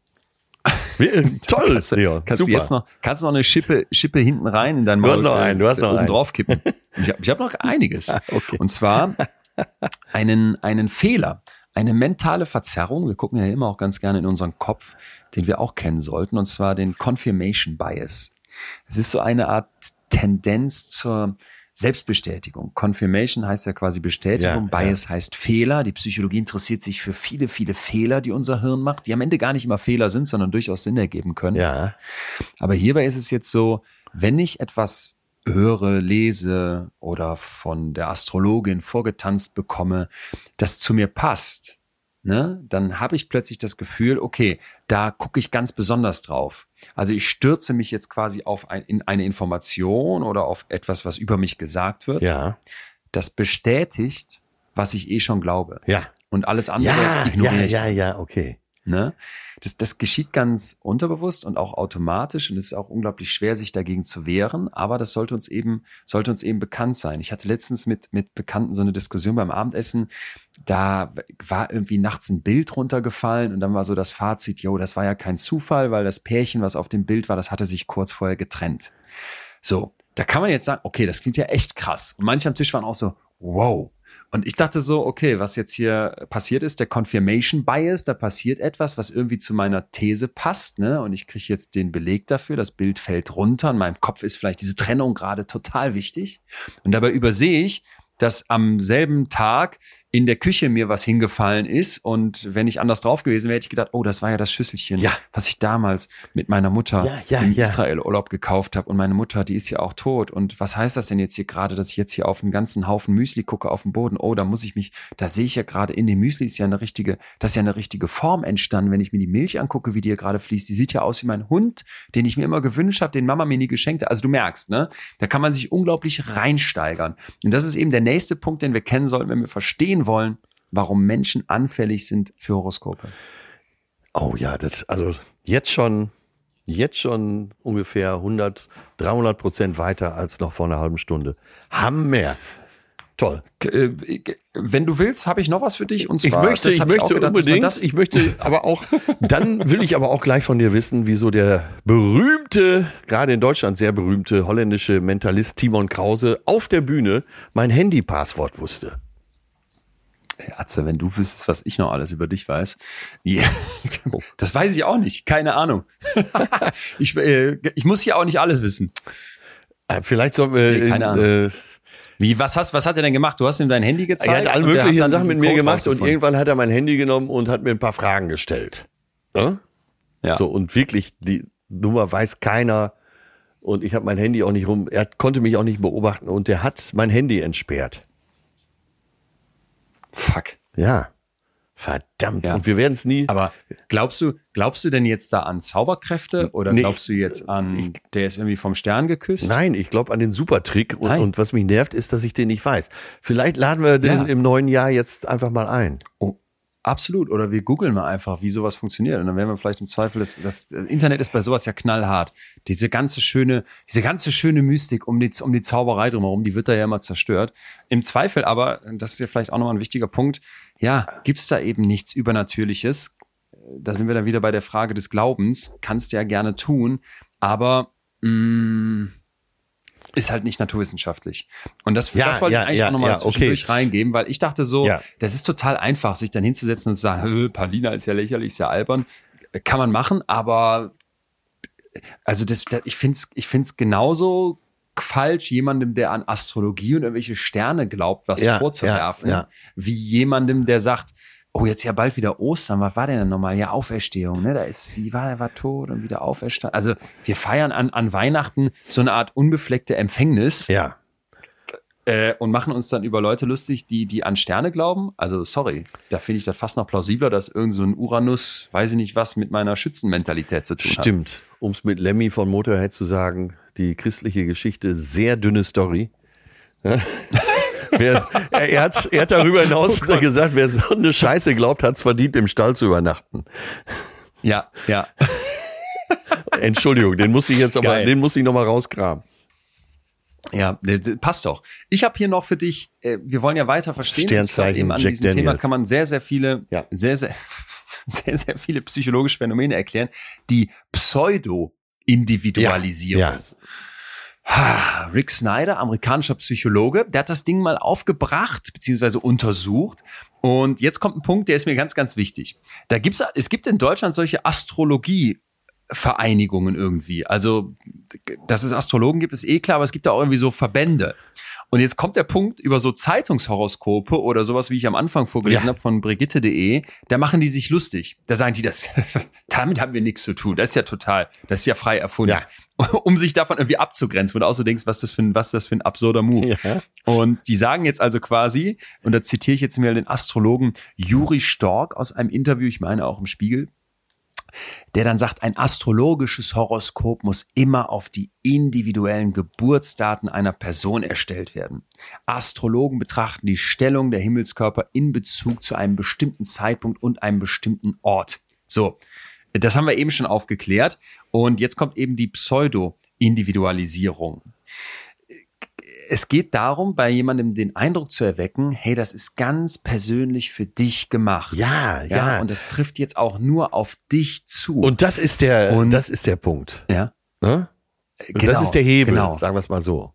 Wie- Toll, Kannst, du- Leon. kannst du Super. jetzt noch, kannst du noch eine Schippe, Schippe hinten rein in dein Maul? Du hast noch einen, du hast noch oben einen. drauf kippen. Ich habe ich hab noch einiges. Okay. Und zwar einen, einen Fehler. Eine mentale Verzerrung, wir gucken ja immer auch ganz gerne in unseren Kopf, den wir auch kennen sollten, und zwar den Confirmation Bias. Es ist so eine Art Tendenz zur Selbstbestätigung. Confirmation heißt ja quasi Bestätigung, Ja, Bias heißt Fehler. Die Psychologie interessiert sich für viele, viele Fehler, die unser Hirn macht, die am Ende gar nicht immer Fehler sind, sondern durchaus Sinn ergeben können. Ja, Aber hierbei ist es jetzt so, wenn ich etwas höre, lese oder von der Astrologin vorgetanzt bekomme, das zu mir passt, ne, dann habe ich plötzlich das Gefühl, okay, da gucke ich ganz besonders drauf. Also ich stürze mich jetzt quasi auf ein, in eine Information oder auf etwas, was über mich gesagt wird. ja, Das bestätigt, was ich eh schon glaube. ja. Und alles andere Ja, ignoriere ja, ich. ja, ja, okay. Ne? Das, das geschieht ganz unterbewusst und auch automatisch und es ist auch unglaublich schwer, sich dagegen zu wehren, aber das sollte uns eben, sollte uns eben bekannt sein. Ich hatte letztens mit, mit Bekannten so eine Diskussion beim Abendessen, da war irgendwie nachts ein Bild runtergefallen und dann war so das Fazit, jo, das war ja kein Zufall, weil das Pärchen, was auf dem Bild war, das hatte sich kurz vorher getrennt. So, da kann man jetzt sagen, okay, das klingt ja echt krass. Und manche am Tisch waren auch so, wow. Und ich dachte so, okay, was jetzt hier passiert ist, der Confirmation Bias, da passiert etwas, was irgendwie zu meiner These passt, ne? Und ich kriege jetzt den Beleg dafür, das Bild fällt runter. In meinem Kopf ist vielleicht diese Trennung gerade total wichtig. Und dabei übersehe ich, dass am selben Tag in der Küche mir was hingefallen ist und wenn ich anders drauf gewesen wäre, hätte ich gedacht, oh, das war ja das Schüsselchen, Ja. was ich damals mit meiner Mutter Ja, ja, im ja. Israel-Urlaub gekauft habe und meine Mutter, die ist ja auch tot und was heißt das denn jetzt hier gerade, dass ich jetzt hier auf einen ganzen Haufen Müsli gucke auf dem Boden, oh, da muss ich mich, da sehe ich ja gerade in dem Müsli ist ja eine richtige, das ist ja eine richtige Form entstanden, wenn ich mir die Milch angucke, wie die hier gerade fließt, die sieht ja aus wie mein Hund, den ich mir immer gewünscht habe, den Mama mir nie geschenkt hat, also du merkst, ne, da kann man sich unglaublich reinsteigern und das ist eben der nächste Punkt, den wir kennen sollten, wenn wir verstehen wollen, warum Menschen anfällig sind für Horoskope. Oh ja, das, also jetzt schon, jetzt schon ungefähr hundert, dreihundert Prozent weiter als noch vor einer halben Stunde. Hammer. Toll. Äh, Wenn du willst, habe ich noch was für dich. Und Ich zwar, möchte, das ich hab möchte auch gedacht, dass man unbedingt, das, ich möchte aber auch, dann will ich aber auch gleich von dir wissen, wieso der berühmte, gerade in Deutschland sehr berühmte holländische Mentalist Timon Krause auf der Bühne mein Handy-Passwort wusste. Hey, Atze, wenn du wüsstest, was ich noch alles über dich weiß. Yeah. Das weiß ich auch nicht. Keine Ahnung. ich, äh, ich muss hier auch nicht alles wissen. Äh, Vielleicht sollten wir, Nee, keine in, Ahnung. äh, Wie, was hast, was hat er denn gemacht? Du hast ihm dein Handy gezeigt? er hat alle und der möglichen dann Sachen mit diesen mir Code gemacht und rausgefunden. irgendwann hat er mein Handy genommen und hat mir ein paar Fragen gestellt. Ja? Ja. So, und wirklich, die Nummer weiß keiner und ich habe mein Handy auch nicht rum, er konnte mich auch nicht beobachten und der hat mein Handy entsperrt. Fuck. Ja, verdammt. Ja. Und wir werden es nie. Aber glaubst du, glaubst du denn jetzt da an Zauberkräfte oder Nee, glaubst du jetzt an, der ist irgendwie vom Stern geküsst? Nein, ich glaube an den Supertrick und, Nein. und was mich nervt, ist, dass ich den nicht weiß. Vielleicht laden wir den Ja. im neuen Jahr jetzt einfach mal ein. Oh, Absolut. Oder wir googeln mal einfach, wie sowas funktioniert. Und dann werden wir vielleicht im Zweifel, das, das Internet ist bei sowas ja knallhart. Diese ganze schöne, diese ganze schöne Mystik um die, um die Zauberei drumherum, die wird da ja immer zerstört. Im Zweifel aber, das ist ja vielleicht auch nochmal ein wichtiger Punkt, ja, gibt's da eben nichts Übernatürliches. Da sind wir dann wieder bei der Frage des Glaubens. Kannst du ja gerne tun, aber mh, ist halt nicht naturwissenschaftlich. Und das, Ja, das wollte ja, ich eigentlich ja, auch nochmal ja, zwischendurch okay. reingeben, weil ich dachte so, Ja. das ist total einfach, sich dann hinzusetzen und zu sagen, "Hö, Palina ist ja lächerlich, ist ja albern." Kann man machen, aber also das, das, ich finde es ich find's genauso falsch, jemandem, der an Astrologie und irgendwelche Sterne glaubt, was Ja, vorzuwerfen, ja, ja. wie jemandem, der sagt, oh, jetzt ja bald wieder Ostern, was war denn denn nochmal? Ja, Auferstehung, ne? Da ist, wie war der, war tot und wieder auferstanden. Also wir feiern an, an Weihnachten so eine Art unbefleckte Empfängnis Ja. äh, und machen uns dann über Leute lustig, die, die an Sterne glauben. Also sorry, da finde ich das fast noch plausibler, dass irgend so ein Uranus, weiß ich nicht was, mit meiner Schützenmentalität zu tun hat. Stimmt. Um es mit Lemmy von Motorhead zu sagen, die christliche Geschichte, sehr dünne Story. Ja. Wer, er, er, hat, er hat darüber hinaus Oh gesagt, wer so eine Scheiße glaubt, hat es verdient, im Stall zu übernachten. Ja, ja. Entschuldigung, den muss ich jetzt aber, Geil. den muss ich noch mal rauskramen. Ja, das- das passt doch. Ich habe hier noch für dich, äh, wir wollen ja weiter verstehen. Sternzeichen, Ich glaub, eben an Jack diesem Thema Daniels. kann man sehr, sehr viele, Ja. sehr, sehr, sehr, sehr viele psychologische Phänomene erklären. Die Pseudo-Individualisierung. Ja. Ah, Rick Snyder, amerikanischer Psychologe, der hat das Ding mal aufgebracht beziehungsweise untersucht. Und jetzt kommt ein Punkt, der ist mir ganz, ganz wichtig. Da gibt's, es gibt in Deutschland solche Astrologievereinigungen irgendwie. Also, dass es Astrologen gibt, ist eh klar, aber es gibt da auch irgendwie so Verbände. Und jetzt kommt der Punkt über so Zeitungshoroskope oder sowas, wie ich am Anfang vorgelesen Ja. habe von Brigitte punkt de, da machen die sich lustig. Da sagen die das, damit haben wir nichts zu tun. Das ist ja total, das ist ja frei erfunden. Ja. Um sich davon irgendwie abzugrenzen, wo du auch so denkst, was das für ein, was das für ein absurder Move. Ja. Und die sagen jetzt also quasi, und da zitiere ich jetzt mal den Astrologen Juri Stork aus einem Interview, ich meine auch im Spiegel, der dann sagt, ein astrologisches Horoskop muss immer auf die individuellen Geburtsdaten einer Person erstellt werden. Astrologen betrachten die Stellung der Himmelskörper in Bezug zu einem bestimmten Zeitpunkt und einem bestimmten Ort. So, das haben wir eben schon aufgeklärt. Und jetzt kommt eben die Pseudo-Individualisierung. Es geht darum, bei jemandem den Eindruck zu erwecken, hey, das ist ganz persönlich für dich gemacht. Ja, ja. Und das trifft jetzt auch nur auf dich zu. Und das ist der, Und- das ist der Punkt. ja, Ne? Und genau, das ist der Hebel, genau. sagen wir es mal so.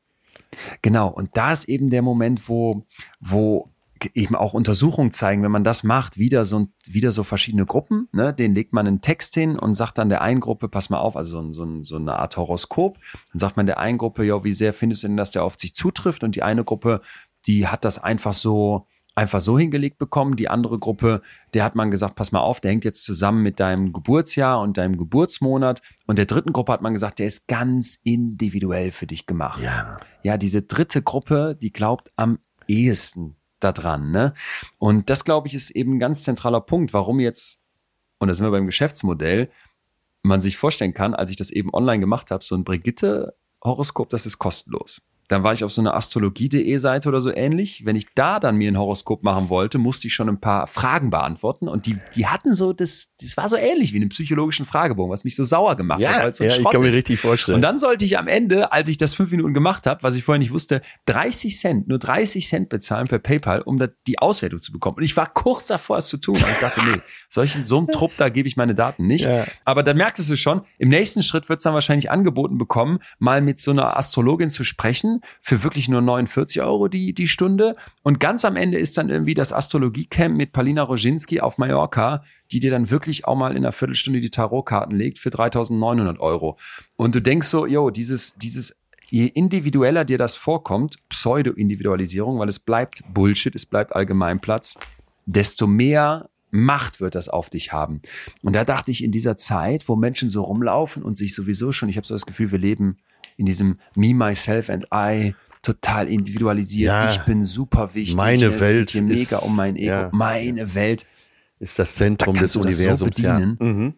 Genau, und da ist eben der Moment, wo, wo eben auch Untersuchungen zeigen, wenn man das macht, wieder so, wieder so verschiedene Gruppen, ne, denen legt man einen Text hin und sagt dann der einen Gruppe, pass mal auf, also so, ein- so, ein- so eine Art Horoskop, dann sagt man der einen Gruppe, ja, wie sehr findest du denn, dass der auf sich zutrifft, und die eine Gruppe, die hat das einfach so, einfach so hingelegt bekommen, die andere Gruppe, der hat man gesagt, pass mal auf, der hängt jetzt zusammen mit deinem Geburtsjahr und deinem Geburtsmonat, und der dritten Gruppe hat man gesagt, der ist ganz individuell für dich gemacht. Ja. Ja, diese dritte Gruppe, die glaubt am ehesten daran, ne? Und das, glaube ich, ist eben ein ganz zentraler Punkt, warum jetzt, und da sind wir beim Geschäftsmodell, man sich vorstellen kann, als ich das eben online gemacht habe, so ein Brigitte-Horoskop, das ist kostenlos. Dann war ich auf so einer astrologie punkt de Seite oder so ähnlich. Wenn ich da dann mir ein Horoskop machen wollte, musste ich schon ein paar Fragen beantworten. Und die, die hatten so, das, das war so ähnlich wie in einem psychologischen Fragebogen, was mich so sauer gemacht hat. Ja, weil es so ein ja, ich Schrott kann mir ist. richtig vorstellen. Und dann sollte ich am Ende, als ich das fünf Minuten gemacht habe, was ich vorher nicht wusste, dreißig Cent, nur dreißig Cent bezahlen per PayPal, um da die Auswertung zu bekommen. Und ich war kurz davor, es zu tun. Und ich dachte, nee, solchen, so einem Trupp, da gebe ich meine Daten nicht. Ja. Aber dann merktest du schon, im nächsten Schritt wird es dann wahrscheinlich angeboten bekommen, mal mit so einer Astrologin zu sprechen, für wirklich nur neunundvierzig Euro die, die Stunde. Und ganz am Ende ist dann irgendwie das Astrologie-Camp mit Palina Roginski auf Mallorca, die dir dann wirklich auch mal in einer Viertelstunde die Tarotkarten legt für dreitausendneunhundert Euro. Und du denkst so, jo, dieses, dieses, je individueller dir das vorkommt, Pseudo-Individualisierung, weil es bleibt Bullshit, es bleibt Allgemeinplatz, desto mehr Macht wird das auf dich haben. Und da dachte ich, in dieser Zeit, wo Menschen so rumlaufen und sich sowieso schon, ich habe so das Gefühl, wir leben in diesem Me, Myself and I, total individualisiert. Ja, ich bin super wichtig. meine es geht Welt hier mega ist- um mein Ego. ja. Meine Welt. Ist das Zentrum Da des kannst du das so Universums. Ja. bedienen. Mhm.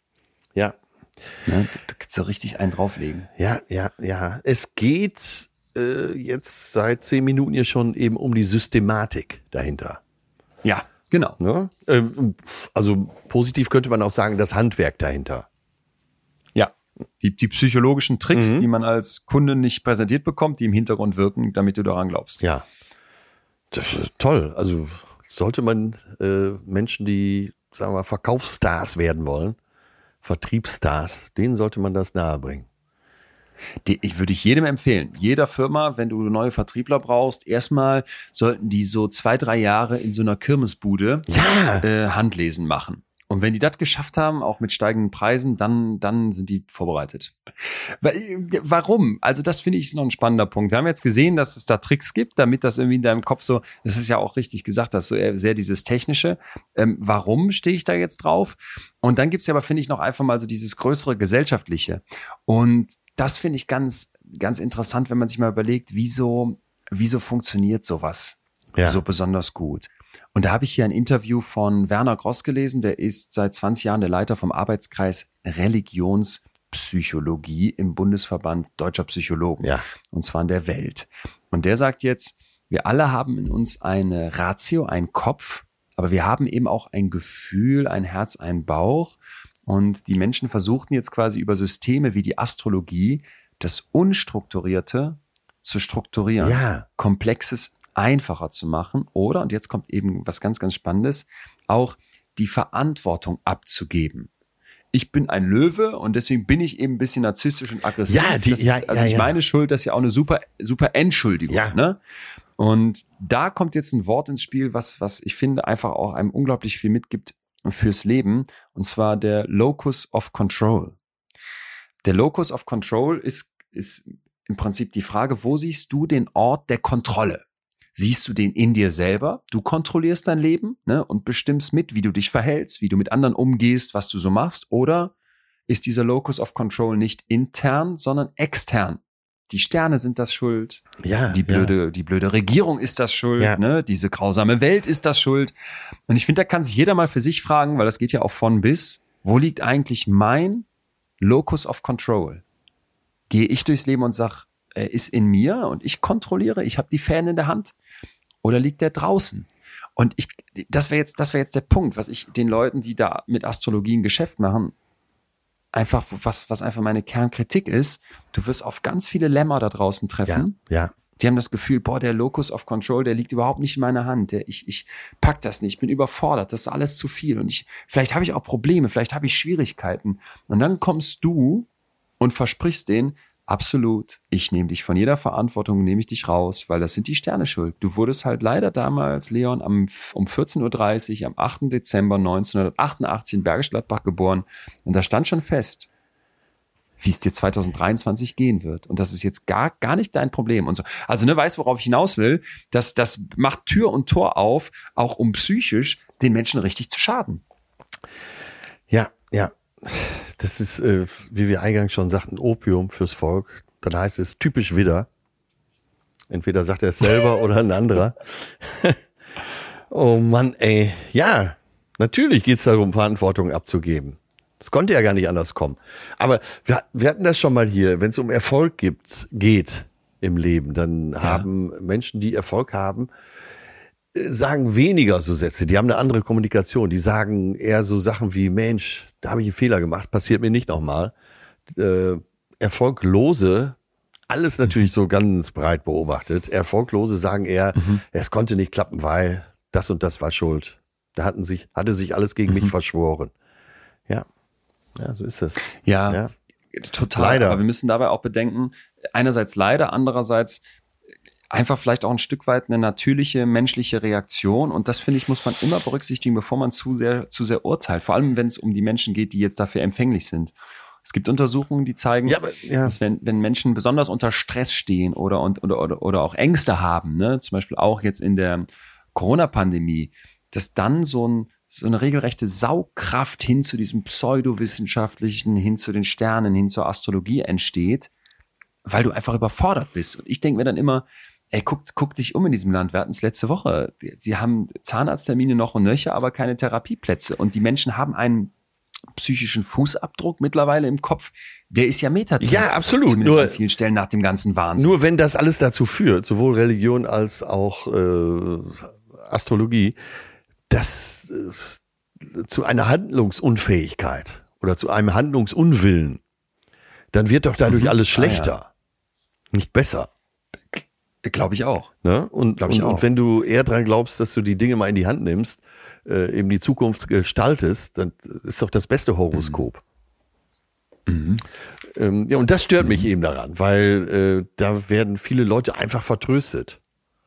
Ja. Ne, da, da kannst du richtig einen drauflegen. Ja, ja, ja. Es geht äh, jetzt seit zehn Minuten hier schon eben um die Systematik dahinter. Ja. Genau. Ne? Ähm, Also positiv könnte man auch sagen, das Handwerk dahinter. Ja, die, die psychologischen Tricks, Mhm. die man als Kunde nicht präsentiert bekommt, die im Hintergrund wirken, damit du daran glaubst. Ja, das ist toll. Also sollte man äh, Menschen, die, sagen wir mal, Verkaufsstars werden wollen, Vertriebsstars, denen sollte man das nahebringen. Die, ich würde ich jedem empfehlen, jeder Firma, wenn du neue Vertriebler brauchst, erstmal sollten die so zwei, drei Jahre in so einer Kirmesbude Ja, äh, Handlesen machen. Und wenn die das geschafft haben, auch mit steigenden Preisen, dann, dann sind die vorbereitet. Weil- Warum? Also das finde ich ist noch ein spannender Punkt. Wir haben jetzt gesehen, dass es da Tricks gibt, damit das irgendwie in deinem Kopf so, das ist ja auch richtig gesagt, das ist so eher sehr dieses Technische. Ähm, warum stehe ich da jetzt drauf? Und dann gibt es ja aber, finde ich, noch einfach mal so dieses größere Gesellschaftliche. Und das finde ich ganz, ganz interessant, wenn man sich mal überlegt, wieso, wieso funktioniert sowas ja. so besonders gut? Und da habe ich hier ein Interview von Werner Gross gelesen, der ist seit zwanzig Jahren der Leiter vom Arbeitskreis Religionspsychologie im Bundesverband Deutscher Psychologen. Ja. Und zwar in der Welt. Und der sagt jetzt, wir alle haben in uns eine Ratio, einen Kopf, aber wir haben eben auch ein Gefühl, ein Herz, einen Bauch. Und die Menschen versuchten jetzt quasi über Systeme wie die Astrologie das Unstrukturierte zu strukturieren. Ja. Komplexes einfacher zu machen oder, und jetzt kommt eben was ganz, ganz Spannendes, auch die Verantwortung abzugeben. Ich bin ein Löwe und deswegen bin ich eben ein bisschen narzisstisch und aggressiv. Ja, die- das ja, ist also ja, nicht ja. meine Schuld, das ist ja auch eine super, super Entschuldigung. Ja. Ne? Und da kommt jetzt ein Wort ins Spiel, was, was ich finde einfach auch einem unglaublich viel mitgibt fürs Leben, und zwar der Locus of Control. Der Locus of Control ist, ist im Prinzip die Frage, wo siehst du den Ort der Kontrolle? Siehst du den in dir selber? Du kontrollierst dein Leben, ne, und bestimmst mit, wie du dich verhältst, wie du mit anderen umgehst, was du so machst. Oder ist dieser Locus of Control nicht intern, sondern extern? Die Sterne sind das schuld. Ja, Die blöde, ja. die blöde Regierung ist das schuld. Ja. Ne? Diese grausame Welt ist das schuld. Und ich finde, da kann sich jeder mal für sich fragen, weil das geht ja auch von bis. Wo liegt eigentlich mein Locus of Control? Gehe ich durchs Leben und sage, er ist in mir und ich kontrolliere, ich habe die Fäden in der Hand? Oder liegt der draußen? Und ich, das wäre jetzt, das wäre jetzt der Punkt, was ich den Leuten, die da mit Astrologie ein Geschäft machen, einfach, was, was einfach meine Kernkritik ist, du wirst auf ganz viele Lämmer da draußen Ja, treffen. ja. Die haben das Gefühl, boah, der Locus of Control, der liegt überhaupt nicht in meiner Hand. Der, ich, ich pack das nicht, ich bin überfordert, das ist alles zu viel. Und ich, vielleicht habe ich auch Probleme, vielleicht habe ich Schwierigkeiten. Und dann kommst du und versprichst denen, absolut, ich nehme dich von jeder Verantwortung, nehme ich dich raus, weil das sind die Sterne schuld. Du wurdest halt leider damals, Leon, am, um vierzehn Uhr dreißig am achten Dezember neunzehnhundertachtundachtzig in Bergisch Gladbach geboren. Und da stand schon fest, wie es dir zwanzig dreiundzwanzig gehen wird. Und das ist jetzt gar, gar nicht dein Problem. Und so. Also, ne, weißt, worauf ich hinaus will? Das, das macht Tür und Tor auf, auch um psychisch den Menschen richtig zu schaden. Ja, ja. Das ist, äh, wie wir eingangs schon sagten, Opium fürs Volk. Dann heißt es typisch Widder. Entweder sagt er es selber oder ein anderer. Oh Mann, ey. Ja, natürlich geht es darum, Verantwortung abzugeben. Das konnte ja gar nicht anders kommen. Aber wir, wir hatten das schon mal hier. Wenn es um Erfolg gibt, geht im Leben, dann Ja. haben Menschen, die Erfolg haben, äh, sagen weniger so Sätze. Die haben eine andere Kommunikation. Die sagen eher so Sachen wie, Mensch, da habe ich einen Fehler gemacht, passiert mir nicht nochmal. Äh, Erfolglose, alles natürlich so ganz breit beobachtet. Erfolglose sagen eher, Mhm. es konnte nicht klappen, weil das und das war schuld. Da hatten sich, hatte sich alles gegen mich verschworen. Ja, ja, so ist es. Ja, Ja. total. Leider. Aber wir müssen dabei auch bedenken, einerseits leider, andererseits einfach vielleicht auch ein Stück weit eine natürliche menschliche Reaktion. Und das, finde ich, muss man immer berücksichtigen, bevor man zu sehr, zu sehr urteilt. Vor allem, wenn es um die Menschen geht, die jetzt dafür empfänglich sind. Es gibt Untersuchungen, die zeigen, Ja, aber, ja. dass wenn, wenn Menschen besonders unter Stress stehen oder, und, oder, oder, oder auch Ängste haben, ne, zum Beispiel auch jetzt in der Corona-Pandemie, dass dann so, ein, so eine regelrechte Saugkraft hin zu diesem pseudowissenschaftlichen, hin zu den Sternen, hin zur Astrologie entsteht, weil du einfach überfordert bist. Und ich denke mir dann immer, ey, guck, guck dich um in diesem Land. Wir hatten es letzte Woche. Wir, wir haben Zahnarzttermine noch und nöcher, aber keine Therapieplätze. Und die Menschen haben einen psychischen Fußabdruck mittlerweile im Kopf. Der ist ja metatief. Ja, absolut. Zumindest Nur- an vielen Stellen nach dem ganzen Wahnsinn. Nur wenn das alles dazu führt, sowohl Religion als auch äh, Astrologie, das äh, zu einer Handlungsunfähigkeit oder zu einem Handlungsunwillen, dann wird doch dadurch Mhm. alles Ah, schlechter, ja. nicht besser. Glaube ich auch. Ne? Und, Glaub ich und, auch. und wenn du eher dran glaubst, dass du die Dinge mal in die Hand nimmst, äh, eben die Zukunft gestaltest, dann ist doch das beste Horoskop. Mhm. Ähm, ja, und das stört mich eben daran, weil äh, da werden viele Leute einfach vertröstet.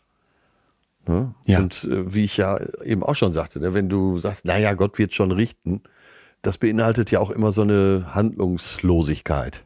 Ne? Ja. Und äh, wie ich ja eben auch schon sagte, ne, wenn du sagst, naja, Gott wird schon richten, das beinhaltet ja auch immer so eine Handlungslosigkeit.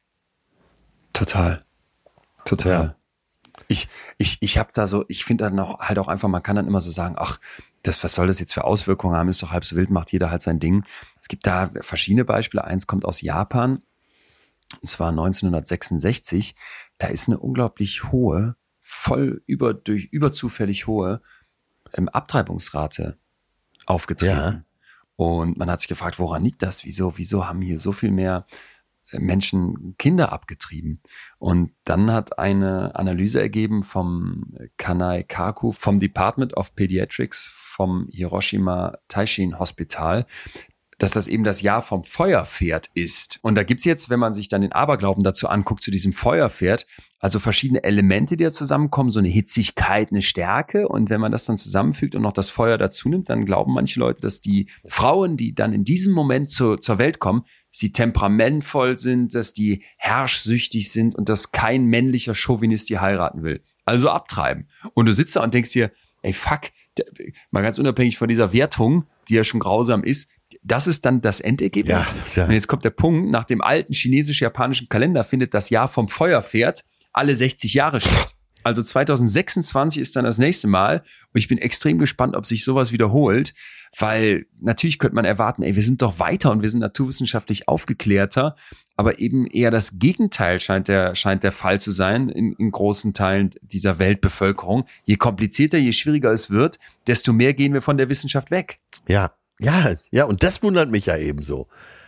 Total. Total. Ja. Ich, ich, ich habe da so, ich finde dann auch, halt auch einfach, man kann dann immer so sagen, ach, das, was soll das jetzt für Auswirkungen haben, ist doch halb so wild, macht jeder halt sein Ding. Es gibt da verschiedene Beispiele. Eins kommt aus Japan, und zwar neunzehnhundertsechsundsechzig. Da ist eine unglaublich hohe, voll über, durch, überzufällig hohe ähm, Abtreibungsrate aufgetreten. Ja. Und man hat sich gefragt, woran liegt das? Wieso, wieso haben hier so viel mehr Menschen Kinder abgetrieben? Und dann hat eine Analyse ergeben vom Kanai Kaku, vom Department of Pediatrics vom Hiroshima Taishin Hospital, dass das eben das Jahr vom Feuerpferd ist. Und da gibt's jetzt, wenn man sich dann den Aberglauben dazu anguckt, zu diesem Feuerpferd, also verschiedene Elemente, die da zusammenkommen, so eine Hitzigkeit, eine Stärke. Und wenn man das dann zusammenfügt und noch das Feuer dazu nimmt, dann glauben manche Leute, dass die Frauen, die dann in diesem Moment zu, zur Welt kommen, sie temperamentvoll sind, dass die herrschsüchtig sind und dass kein männlicher Chauvinist die heiraten will. Also abtreiben. Und du sitzt da und denkst dir, ey fuck, mal ganz unabhängig von dieser Wertung, die ja schon grausam ist, das ist dann das Endergebnis. Ja, ja. Und jetzt kommt der Punkt, nach dem alten chinesisch-japanischen Kalender findet das Jahr vom Feuerpferd alle sechzig Jahre statt. Also zweitausendsechsundzwanzig ist dann das nächste Mal. Und ich bin extrem gespannt, ob sich sowas wiederholt, weil natürlich könnte man erwarten, ey, wir sind doch weiter und wir sind naturwissenschaftlich aufgeklärter, aber eben eher das Gegenteil scheint der, scheint der Fall zu sein in, in großen Teilen dieser Weltbevölkerung. Je komplizierter, je schwieriger es wird, desto mehr gehen wir von der Wissenschaft weg. Ja, ja, ja, und das wundert mich ja ebenso.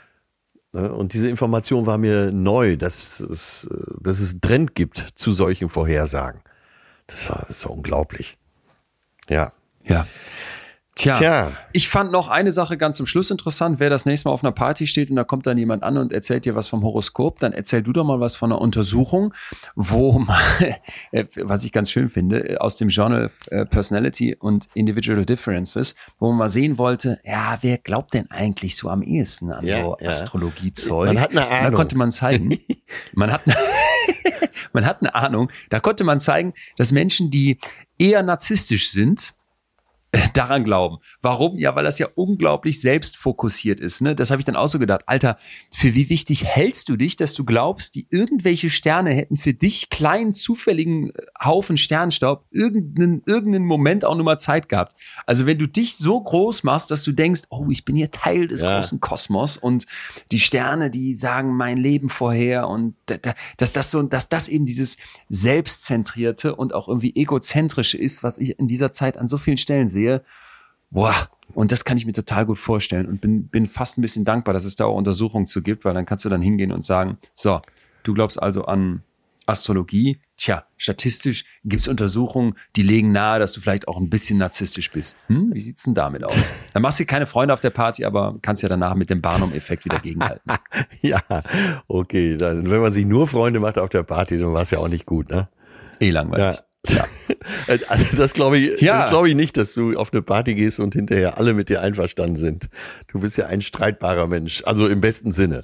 Und diese Information war mir neu, dass es, dass es einen Trend gibt zu solchen Vorhersagen. Das ist ja unglaublich. Ja. Ja. Tja, Tja. Ich fand noch eine Sache ganz zum Schluss interessant. Wer das nächste Mal auf einer Party steht und da kommt dann jemand an und erzählt dir was vom Horoskop, dann erzähl du doch mal was von einer Untersuchung, wo man, was ich ganz schön finde, aus dem Journal Personality and Individual Differences, wo man mal sehen wollte, ja, wer glaubt denn eigentlich so am ehesten an Ja, so ja. Astrologiezeug? Man hat eine Ahnung. Und da konnte man zeigen, man hat, man hat eine Ahnung, da konnte man zeigen, dass Menschen, die eher narzisstisch sind, daran glauben. Warum? Ja, weil das ja unglaublich selbstfokussiert ist. Ne? Das habe ich dann auch so gedacht. Alter, für wie wichtig hältst du dich, dass du glaubst, die irgendwelche Sterne hätten für dich kleinen, zufälligen Haufen Sternstaub irgendeinen, irgendeinen Moment auch nur mal Zeit gehabt. Also wenn du dich so groß machst, dass du denkst, oh, ich bin hier Teil des Ja. großen Kosmos und die Sterne, die sagen mein Leben vorher und da, da, dass das so, dass das eben dieses selbstzentrierte und auch irgendwie egozentrische ist, was ich in dieser Zeit an so vielen Stellen sehe. Boah, und das kann ich mir total gut vorstellen und bin, bin fast ein bisschen dankbar, dass es da auch Untersuchungen zu gibt, weil dann kannst du dann hingehen und sagen, so, du glaubst also an Astrologie, tja, statistisch gibt's Untersuchungen, die legen nahe, dass du vielleicht auch ein bisschen narzisstisch bist. Hm? Wie sieht's denn damit aus? Dann machst du keine Freunde auf der Party, aber kannst ja danach mit dem Barnum-Effekt wieder gegenhalten. Ja, okay. Dann, wenn man sich nur Freunde macht auf der Party, dann war es ja auch nicht gut, ne? Eh langweilig. Ja. Also das glaube ich, Ja. das glaube ich nicht, dass du auf eine Party gehst und hinterher alle mit dir einverstanden sind. Du bist ja ein streitbarer Mensch, also im besten Sinne.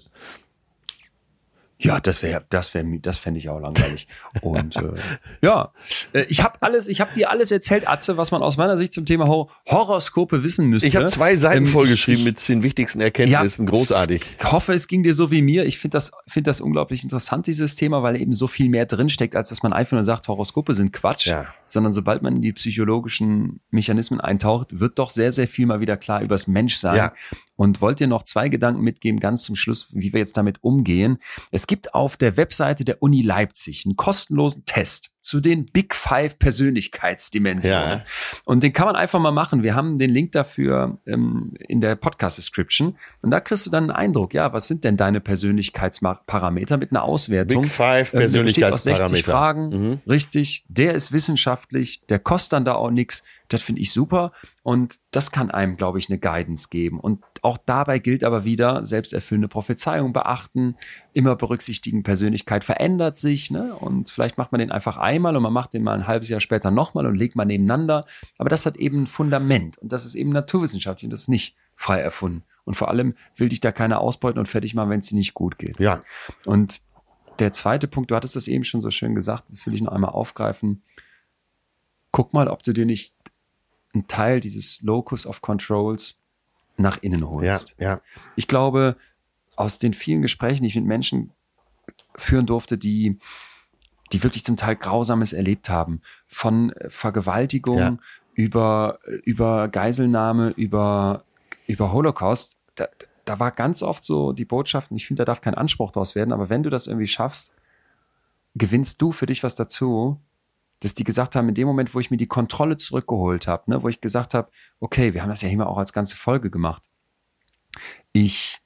Ja, das wäre, das wäre, das fände ich auch langweilig. Und äh, ja, äh, ich habe alles, ich habe dir alles erzählt, Atze, was man aus meiner Sicht zum Thema Hor- Horoskope wissen müsste. Ich habe zwei Seiten Ähm, vollgeschrieben ich, mit den wichtigsten Erkenntnissen, Ja. großartig. Ich hoffe, es ging dir so wie mir. Ich finde das, finde das unglaublich interessant, dieses Thema, weil eben so viel mehr drinsteckt, als dass man einfach nur sagt, Horoskope sind Quatsch. Ja. Sondern sobald man in die psychologischen Mechanismen eintaucht, wird doch sehr, sehr viel mal wieder klar übers Menschsein. Ja. Und wollt ihr noch zwei Gedanken mitgeben, ganz zum Schluss, wie wir jetzt damit umgehen? Es gibt auf der Webseite der Uni Leipzig einen kostenlosen Test zu den Big Five Persönlichkeitsdimensionen. Ja. Und den kann man einfach mal machen. Wir haben den Link dafür ähm, in der Podcast-Description. Und da kriegst du dann einen Eindruck, ja, was sind denn deine Persönlichkeitsparameter mit einer Auswertung? Big Five Ähm, der besteht aus Persönlichkeitsparameter. sechzig Fragen, Mhm. richtig. Der ist wissenschaftlich, der kostet dann da auch nichts. Das finde ich super. Und das kann einem, glaube ich, eine Guidance geben. Und auch dabei gilt aber wieder, selbsterfüllende Prophezeiung beachten, immer berücksichtigen, Persönlichkeit verändert sich, ne? Und vielleicht macht man den einfach einmal und man macht den mal ein halbes Jahr später nochmal und legt mal nebeneinander. Aber das hat eben ein Fundament und das ist eben naturwissenschaftlich und das ist nicht frei erfunden. Und vor allem will dich da keiner ausbeuten und fertig machen, wenn es dir nicht gut geht. Ja. Und der zweite Punkt, du hattest das eben schon so schön gesagt, das will ich noch einmal aufgreifen. Guck mal, ob du dir nicht einen Teil dieses Locus of Controls nach innen Ja, holst. ja. Ich glaube, aus den vielen Gesprächen, die ich mit Menschen führen durfte, die, die wirklich zum Teil Grausames erlebt haben, von Vergewaltigung Ja. über, über Geiselnahme, über, über Holocaust, da, da war ganz oft so die Botschaft, und ich finde, da darf kein Anspruch draus werden, aber wenn du das irgendwie schaffst, gewinnst du für dich was dazu, dass die gesagt haben, in dem Moment, wo ich mir die Kontrolle zurückgeholt habe, ne, wo ich gesagt habe, okay, wir haben das ja immer auch als ganze Folge gemacht. Ich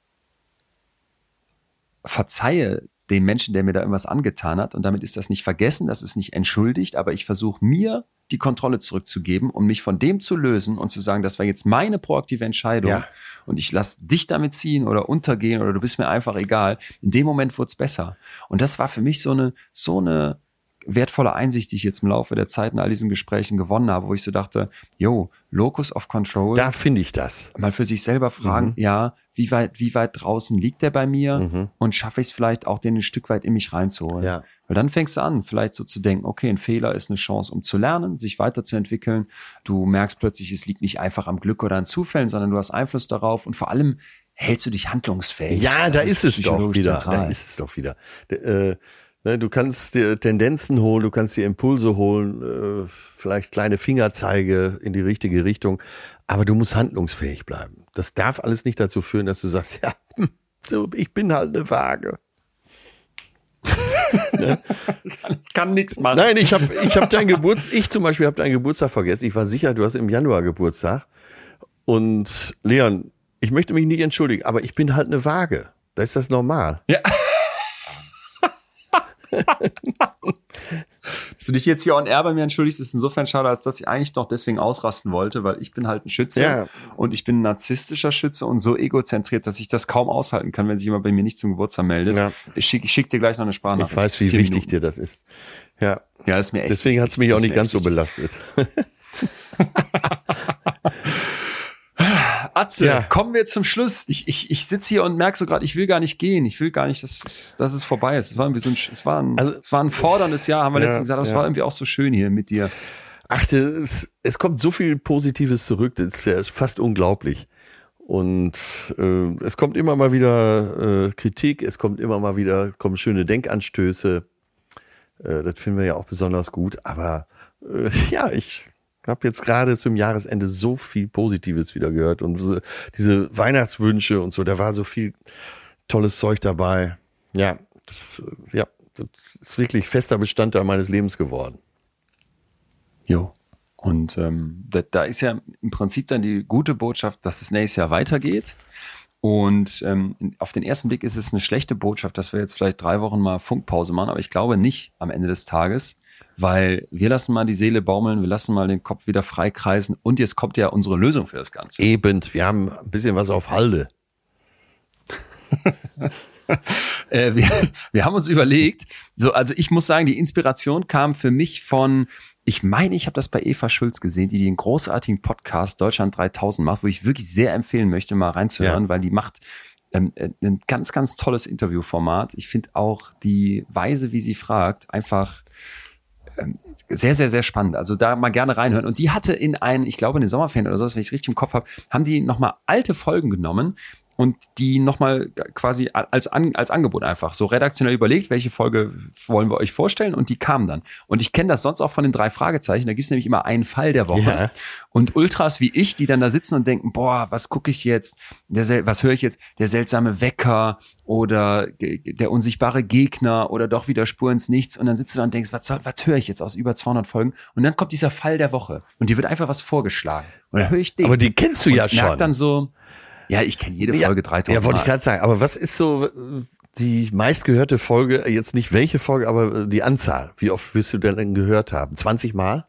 verzeihe dem Menschen, der mir da irgendwas angetan hat und damit ist das nicht vergessen, das ist nicht entschuldigt, aber ich versuche mir die Kontrolle zurückzugeben, um mich von dem zu lösen und zu sagen, das war jetzt meine proaktive Entscheidung Ja. und ich lasse dich damit ziehen oder untergehen oder du bist mir einfach egal. In dem Moment wurde es besser. Und das war für mich so eine, so eine wertvolle Einsicht, die ich jetzt im Laufe der Zeit in all diesen Gesprächen gewonnen habe, wo ich so dachte, yo, Locus of Control. Da finde ich das. Mal für sich selber fragen, Mhm. ja, wie weit, wie weit draußen liegt der bei mir Mhm. und schaffe ich es vielleicht auch, den ein Stück weit in mich reinzuholen. Ja. Weil dann fängst du an, vielleicht so zu denken, okay, ein Fehler ist eine Chance, um zu lernen, sich weiterzuentwickeln. Du merkst plötzlich, es liegt nicht einfach am Glück oder an Zufällen, sondern du hast Einfluss darauf und vor allem hältst du dich handlungsfähig. Ja, Das da ist es doch psychologisch wieder. zentral. Da ist es doch wieder. D- äh, ne, du kannst dir Tendenzen holen, du kannst dir Impulse holen, äh, vielleicht kleine Fingerzeige in die richtige Richtung, aber du musst handlungsfähig bleiben. Das darf alles nicht dazu führen, dass du sagst, ja, hm, so, ich bin halt eine Waage. Ich kann nichts machen. Nein, ich habe ich hab deinen Geburtstag, ich zum Beispiel habe deinen Geburtstag vergessen. Ich war sicher, du hast im Januar Geburtstag. Und Leon, ich möchte mich nicht entschuldigen, aber ich bin halt eine Waage. Da ist das normal. Ja. Dass du dich jetzt hier on air bei mir entschuldigst, ist insofern schade, als dass ich eigentlich noch deswegen ausrasten wollte, weil ich bin halt ein Schütze Ja. und ich bin ein narzisstischer Schütze und so egozentriert, dass ich das kaum aushalten kann, wenn sich jemand bei mir nicht zum Geburtstag meldet. Ja. Ich schicke ich schick dir gleich noch eine Sprachnachricht. Ich weiß, wie Vier wichtig Minuten. dir das ist. Ja, Ja, ist mir echt deswegen wichtig. hat es mich auch Ist nicht mir ganz echt so wichtig. belastet. Atze, Ja. kommen wir zum Schluss. Ich, ich, ich sitze hier und merke so gerade, ich will gar nicht gehen. Ich will gar nicht, dass, es- dass es vorbei ist. Es war irgendwie so ein, es war ein, Also- es war ein forderndes Jahr, haben wir Ja, letztens gesagt. aber Es ja. war irgendwie auch so schön hier mit dir. Ach, es, es kommt so viel Positives zurück, das ist ja fast unglaublich. Und äh, es kommt immer mal wieder äh, Kritik, es kommt immer mal wieder, kommen schöne Denkanstöße. Äh, das finden wir ja auch besonders gut. Aber äh, ja, ich habe jetzt gerade zum Jahresende so viel Positives wieder gehört. Und so, diese Weihnachtswünsche und so, da war so viel tolles Zeug dabei. Ja, das, äh, ja, das ist wirklich fester Bestandteil meines Lebens geworden. Jo. Und ähm, da, da ist ja im Prinzip dann die gute Botschaft, dass es nächstes Jahr weitergeht. Und ähm, auf den ersten Blick ist es eine schlechte Botschaft, dass wir jetzt vielleicht drei Wochen mal Funkpause machen. Aber ich glaube nicht am Ende des Tages, weil wir lassen mal die Seele baumeln, wir lassen mal den Kopf wieder freikreisen. Und jetzt kommt ja unsere Lösung für das Ganze. Eben, wir haben ein bisschen was auf Halde. Äh, wir, wir haben uns überlegt, so, also ich muss sagen, die Inspiration kam für mich von, ich meine, ich habe das bei Eva Schulz gesehen, die den großartigen Podcast Deutschland dreitausend macht, wo ich wirklich sehr empfehlen möchte, mal reinzuhören, Ja. weil die macht ähm, äh, ein ganz, ganz tolles Interviewformat. Ich finde auch die Weise, wie sie fragt, einfach ähm, sehr, sehr, sehr spannend. Also da mal gerne reinhören. Und die hatte in einen, ich glaube in den Sommerferien oder so, wenn ich es richtig im Kopf habe, haben die nochmal alte Folgen genommen und die nochmal quasi als, An, als Angebot einfach so redaktionell überlegt, welche Folge wollen wir euch vorstellen und die kamen dann. Und ich kenne das sonst auch von den drei Fragezeichen, da gibt es nämlich immer einen Fall der Woche Ja. und Ultras wie ich, die dann da sitzen und denken, boah, was gucke ich jetzt, der, was höre ich jetzt, der seltsame Wecker oder der unsichtbare Gegner oder doch wieder Spur ins Nichts und dann sitzt du da und denkst, was, soll, was höre ich jetzt aus über zweihundert Folgen und dann kommt dieser Fall der Woche und dir wird einfach was vorgeschlagen und dann höre ich den. Aber die kennst du und ja merk schon. dann so, ja, ich kenne jede Folge ja, dreitausend Ja, wollte Mal. ich gerade sagen. Aber was ist so die meistgehörte Folge, jetzt nicht welche Folge, aber die Anzahl? Wie oft wirst du denn gehört haben? zwanzig Mal?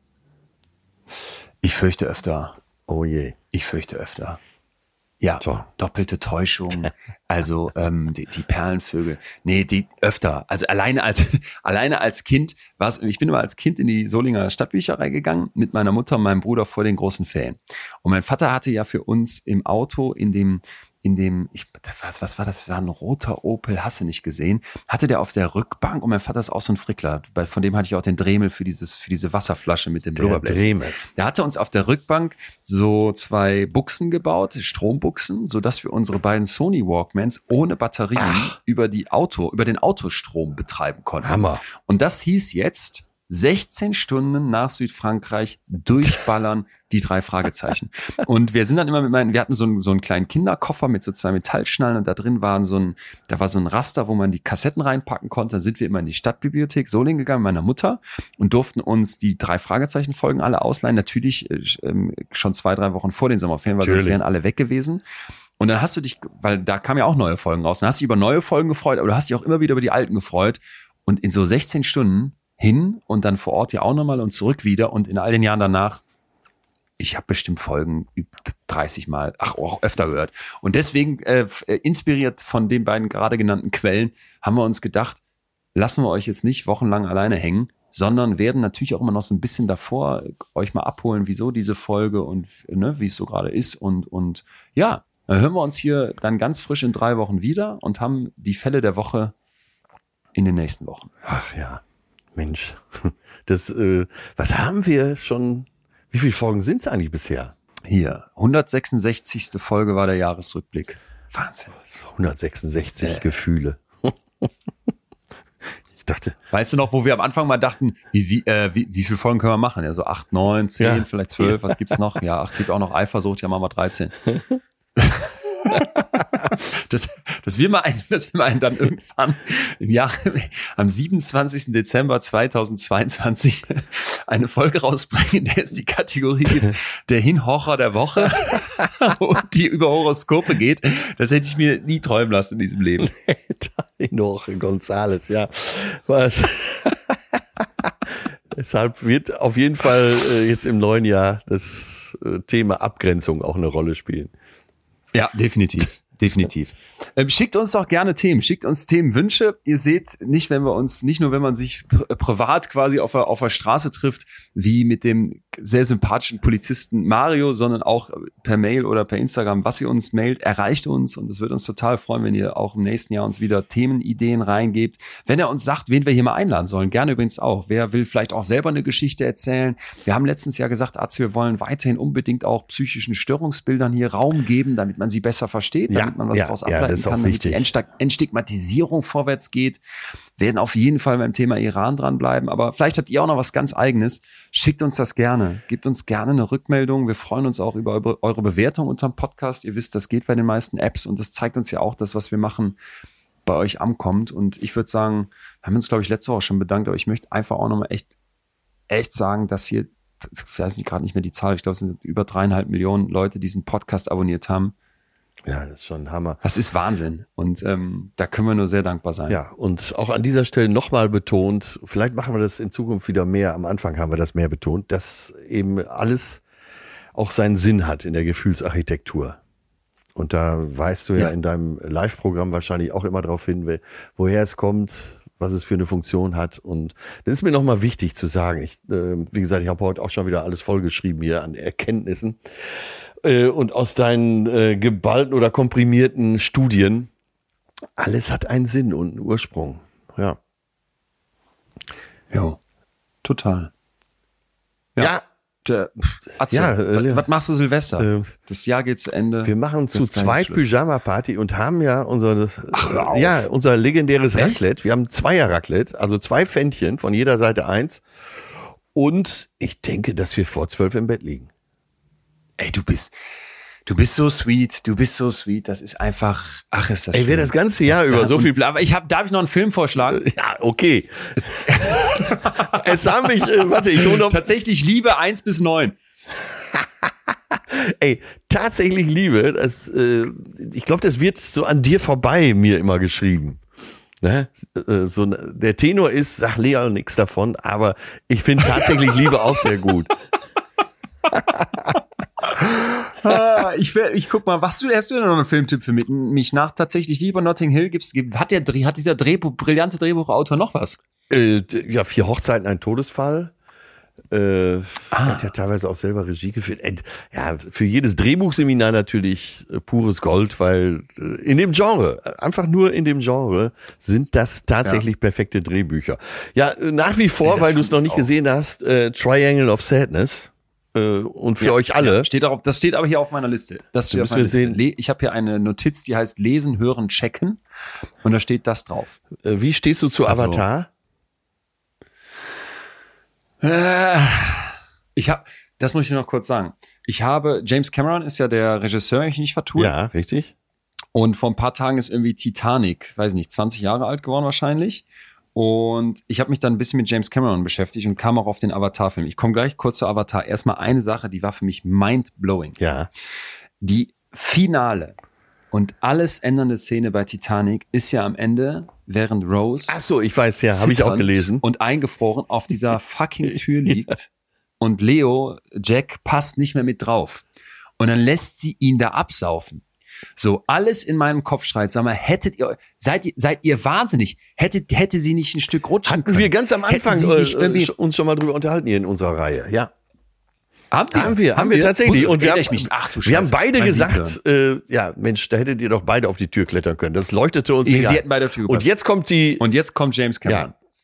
Ich fürchte öfter. Oh je. Ich fürchte öfter. Ja, So. doppelte Täuschung, also ähm, die, die Perlenvögel. Nee, die öfter. Also alleine als alleine als Kind war es, ich bin immer als Kind in die Solinger Stadtbücherei gegangen mit meiner Mutter und meinem Bruder vor den großen Ferien. Und mein Vater hatte ja für uns im Auto in dem in dem, ich, was, was war das? Das war ein roter Opel, hast du nicht gesehen? Hatte der auf der Rückbank und mein Vater ist auch so ein Frickler. Von dem hatte ich auch den Dremel für dieses, für diese Wasserflasche mit dem Blubberbläschen. Dremel. Der hatte uns auf der Rückbank so zwei Buchsen gebaut, Strombuchsen, sodass wir unsere beiden Sony Walkmans ohne Batterien Ach. über die Auto, über den Autostrom betreiben konnten. Hammer. Und das hieß jetzt sechzehn Stunden nach Südfrankreich durchballern, die drei Fragezeichen. Und wir sind dann immer mit meinen, wir hatten so einen, so einen kleinen Kinderkoffer mit so zwei Metallschnallen und da drin waren so ein, da war so ein Raster, wo man die Kassetten reinpacken konnte. Dann sind wir immer in die Stadtbibliothek Solingen gegangen mit meiner Mutter und durften uns die drei Fragezeichen-Folgen alle ausleihen. Natürlich äh, schon zwei, drei Wochen vor den Sommerferien, weil sonst wären alle weg gewesen. Und dann hast du dich, weil da kamen ja auch neue Folgen raus, dann hast du dich über neue Folgen gefreut, aber du hast dich auch immer wieder über die alten gefreut. Und in so sechzehn Stunden hin und dann vor Ort ja auch nochmal und zurück wieder und in all den Jahren danach, ich habe bestimmt Folgen dreißig Mal, ach auch öfter gehört. Und deswegen, äh, inspiriert von den beiden gerade genannten Quellen, haben wir uns gedacht, lassen wir euch jetzt nicht wochenlang alleine hängen, sondern werden natürlich auch immer noch so ein bisschen davor euch mal abholen, wieso diese Folge und ne, wie es so gerade ist. Und, und ja, dann hören wir uns hier dann ganz frisch in drei Wochen wieder und haben die Fälle der Woche in den nächsten Wochen. Ach ja. Mensch, das, äh, was haben wir schon, wie viele Folgen sind es eigentlich bisher? Hier, hundertsechsundsechzigste Folge war der Jahresrückblick. Wahnsinn. hundertsechsundsechzig Äh. Gefühle. Ich dachte. Weißt du noch, wo wir am Anfang mal dachten, wie, wie, äh, wie, wie viele Folgen können wir machen? Ja, so acht, neun, zehn, Ja. vielleicht zwölf, was gibt's noch? Ja, ach, gibt auch noch Eifersucht, ja, machen wir dreizehn. dass, dass wir mal einen, dass wir mal einen dann irgendwann im Jahr, am siebenundzwanzigsten Dezember zweitausendzweiundzwanzig eine Folge rausbringen, in der es die Kategorie gibt, der Hinhorcher der Woche und die über Horoskope geht. Das hätte ich mir nie träumen lassen in diesem Leben. Noch Gonzales, ja. Was? Deshalb wird auf jeden Fall äh, jetzt im neuen Jahr das äh, Thema Abgrenzung auch eine Rolle spielen. Ja, definitiv. Definitiv. Ähm, schickt uns doch gerne Themen, schickt uns Themenwünsche. Ihr seht nicht, wenn wir uns, nicht nur wenn man sich pr- privat quasi auf der, auf der Straße trifft, wie mit dem sehr sympathischen Polizisten Mario, sondern auch per Mail oder per Instagram, was ihr uns mailt, erreicht uns und es wird uns total freuen, wenn ihr auch im nächsten Jahr uns wieder Themenideen reingebt. Wenn ihr uns sagt, wen wir hier mal einladen sollen, gerne übrigens auch. Wer will vielleicht auch selber eine Geschichte erzählen? Wir haben letztens ja gesagt, Atze, wir wollen weiterhin unbedingt auch psychischen Störungsbildern hier Raum geben, damit man sie besser versteht, Ja, damit man was ja, daraus ja, ableiten das ist auch kann, damit wichtig. die Entsta- Entstigmatisierung vorwärts geht. Werden auf jeden Fall beim Thema Iran dranbleiben, aber vielleicht habt ihr auch noch was ganz Eigenes. Schickt uns das gerne. Gebt uns gerne eine Rückmeldung. Wir freuen uns auch über eure- eure Bewertung unter dem Podcast. Ihr wisst, das geht bei den meisten Apps und das zeigt uns ja auch, dass was wir machen bei euch ankommt. Und ich würde sagen, wir haben uns, glaube ich, letzte Woche schon bedankt, aber ich möchte einfach auch nochmal echt, echt sagen, dass hier, ich weiß nicht gerade nicht mehr die Zahl, ich glaube, es sind über dreieinhalb Millionen Leute, die diesen Podcast abonniert haben. Ja, das ist schon ein Hammer. Das ist Wahnsinn. Und ähm, da können wir nur sehr dankbar sein. Ja, und auch an dieser Stelle nochmal betont, vielleicht machen wir das in Zukunft wieder mehr, am Anfang haben wir das mehr betont, dass eben alles auch seinen Sinn hat in der Gefühlsarchitektur. Und da weißt du ja, Ja. in deinem Live-Programm wahrscheinlich auch immer darauf hin, woher es kommt, was es für eine Funktion hat. Und das ist mir nochmal wichtig zu sagen. Ich, äh, wie gesagt, ich habe heute auch schon wieder alles vollgeschrieben hier an Erkenntnissen. Äh, und aus deinen äh, geballten oder komprimierten Studien, alles hat einen Sinn und einen Ursprung. Ja. Ja, total. Ja. Ja. Der, Atze, Ja, äh, was, was machst du Silvester? Äh, das Jahr geht zu Ende. Wir machen zu Jetzt gleich zweit Schluss. Pyjama-Party und haben ja unser, Ach, hör auf. ja, unser legendäres Echt? Raclette. Wir haben Zweier Raclette, also zwei Pfännchen, von jeder Seite eins. Und ich denke, dass wir vor zwölf im Bett liegen. Ey, du bist, du bist so sweet, du bist so sweet. Das ist einfach, ach, ist das Ey, wer schön. das ganze Jahr über Da- so viel... und- Aber ich hab, darf ich noch einen Filmvorschlag? Ja, okay. Es, es haben mich, äh, warte, ich hole noch... Tatsächlich Liebe eins bis neun. Ey, tatsächlich Liebe, das, äh, ich glaube, das wird so an dir vorbei mir immer geschrieben. Ne? Äh, so, der Tenor ist, sag Leon nichts davon, aber ich finde tatsächlich Liebe auch sehr gut. Ah, ich, will, ich guck mal, was du, hast du denn noch einen Filmtipp für mich, mich nach tatsächlich Liebe Notting Hill? Gibt's, gibt, hat, der, Dreh- hat dieser Drehbuch, brillante Drehbuchautor noch was? Äh, d- ja, vier Hochzeiten, ein Todesfall. Äh, Ah. Hat ja teilweise auch selber Regie geführt. Äh, ja, für jedes Drehbuchseminar natürlich äh, pures Gold, weil äh, in dem Genre, äh, einfach nur in dem Genre, sind das tatsächlich perfekte Drehbücher. Ja, äh, nach wie vor, Ja, das weil du es fand noch ich nicht auch. gesehen hast, äh, Triangle of Sadness. Äh, und für euch alle. Ja, steht auch, das steht aber hier auf meiner Liste. Das steht auf müssen meiner wir Liste. sehen. Le- Ich habe hier eine Notiz, die heißt Lesen, Hören, Checken. Und da steht das drauf. Äh, wie stehst du zu Also- Avatar? Ich habe, das muss ich noch kurz sagen. Ich habe, James Cameron ist ja der Regisseur, wenn ich nicht vertue. Ja, richtig. Und vor ein paar Tagen ist irgendwie Titanic, weiß nicht, zwanzig Jahre alt geworden wahrscheinlich. Und ich habe mich dann ein bisschen mit James Cameron beschäftigt und kam auch auf den Avatar-Film. Ich komme gleich kurz zu Avatar. Erstmal eine Sache, die war für mich mind-blowing. Ja. Die finale und alles ändernde Szene bei Titanic ist ja am Ende, während Rose Ach so, ich weiß ja, habe ich auch zitternd gelesen. und eingefroren auf dieser fucking Tür liegt und Leo, Jack, passt nicht mehr mit drauf. Und dann lässt sie ihn da absaufen. So, alles in meinem Kopf schreit, sag mal, hättet ihr, seid ihr, seid ihr wahnsinnig? Hättet, hätte sie nicht ein Stück rutschen Hatten können? wir ganz am Hätten Anfang sie äh, nicht irgendwie- uns schon mal drüber unterhalten hier in unserer Reihe. Ja. Haben Haben wir, haben wir tatsächlich. Wo- Und wir erinnere haben, ich mich. Ach du wir haben Scheiße, beide mein gesagt, äh, ja, Mensch, da hättet ihr doch beide auf die Tür klettern können. Das leuchtete uns Sie, egal. sie hätten beide auf die Tür Und gepasst. jetzt kommt die, Und jetzt kommt James Cameron. Ja.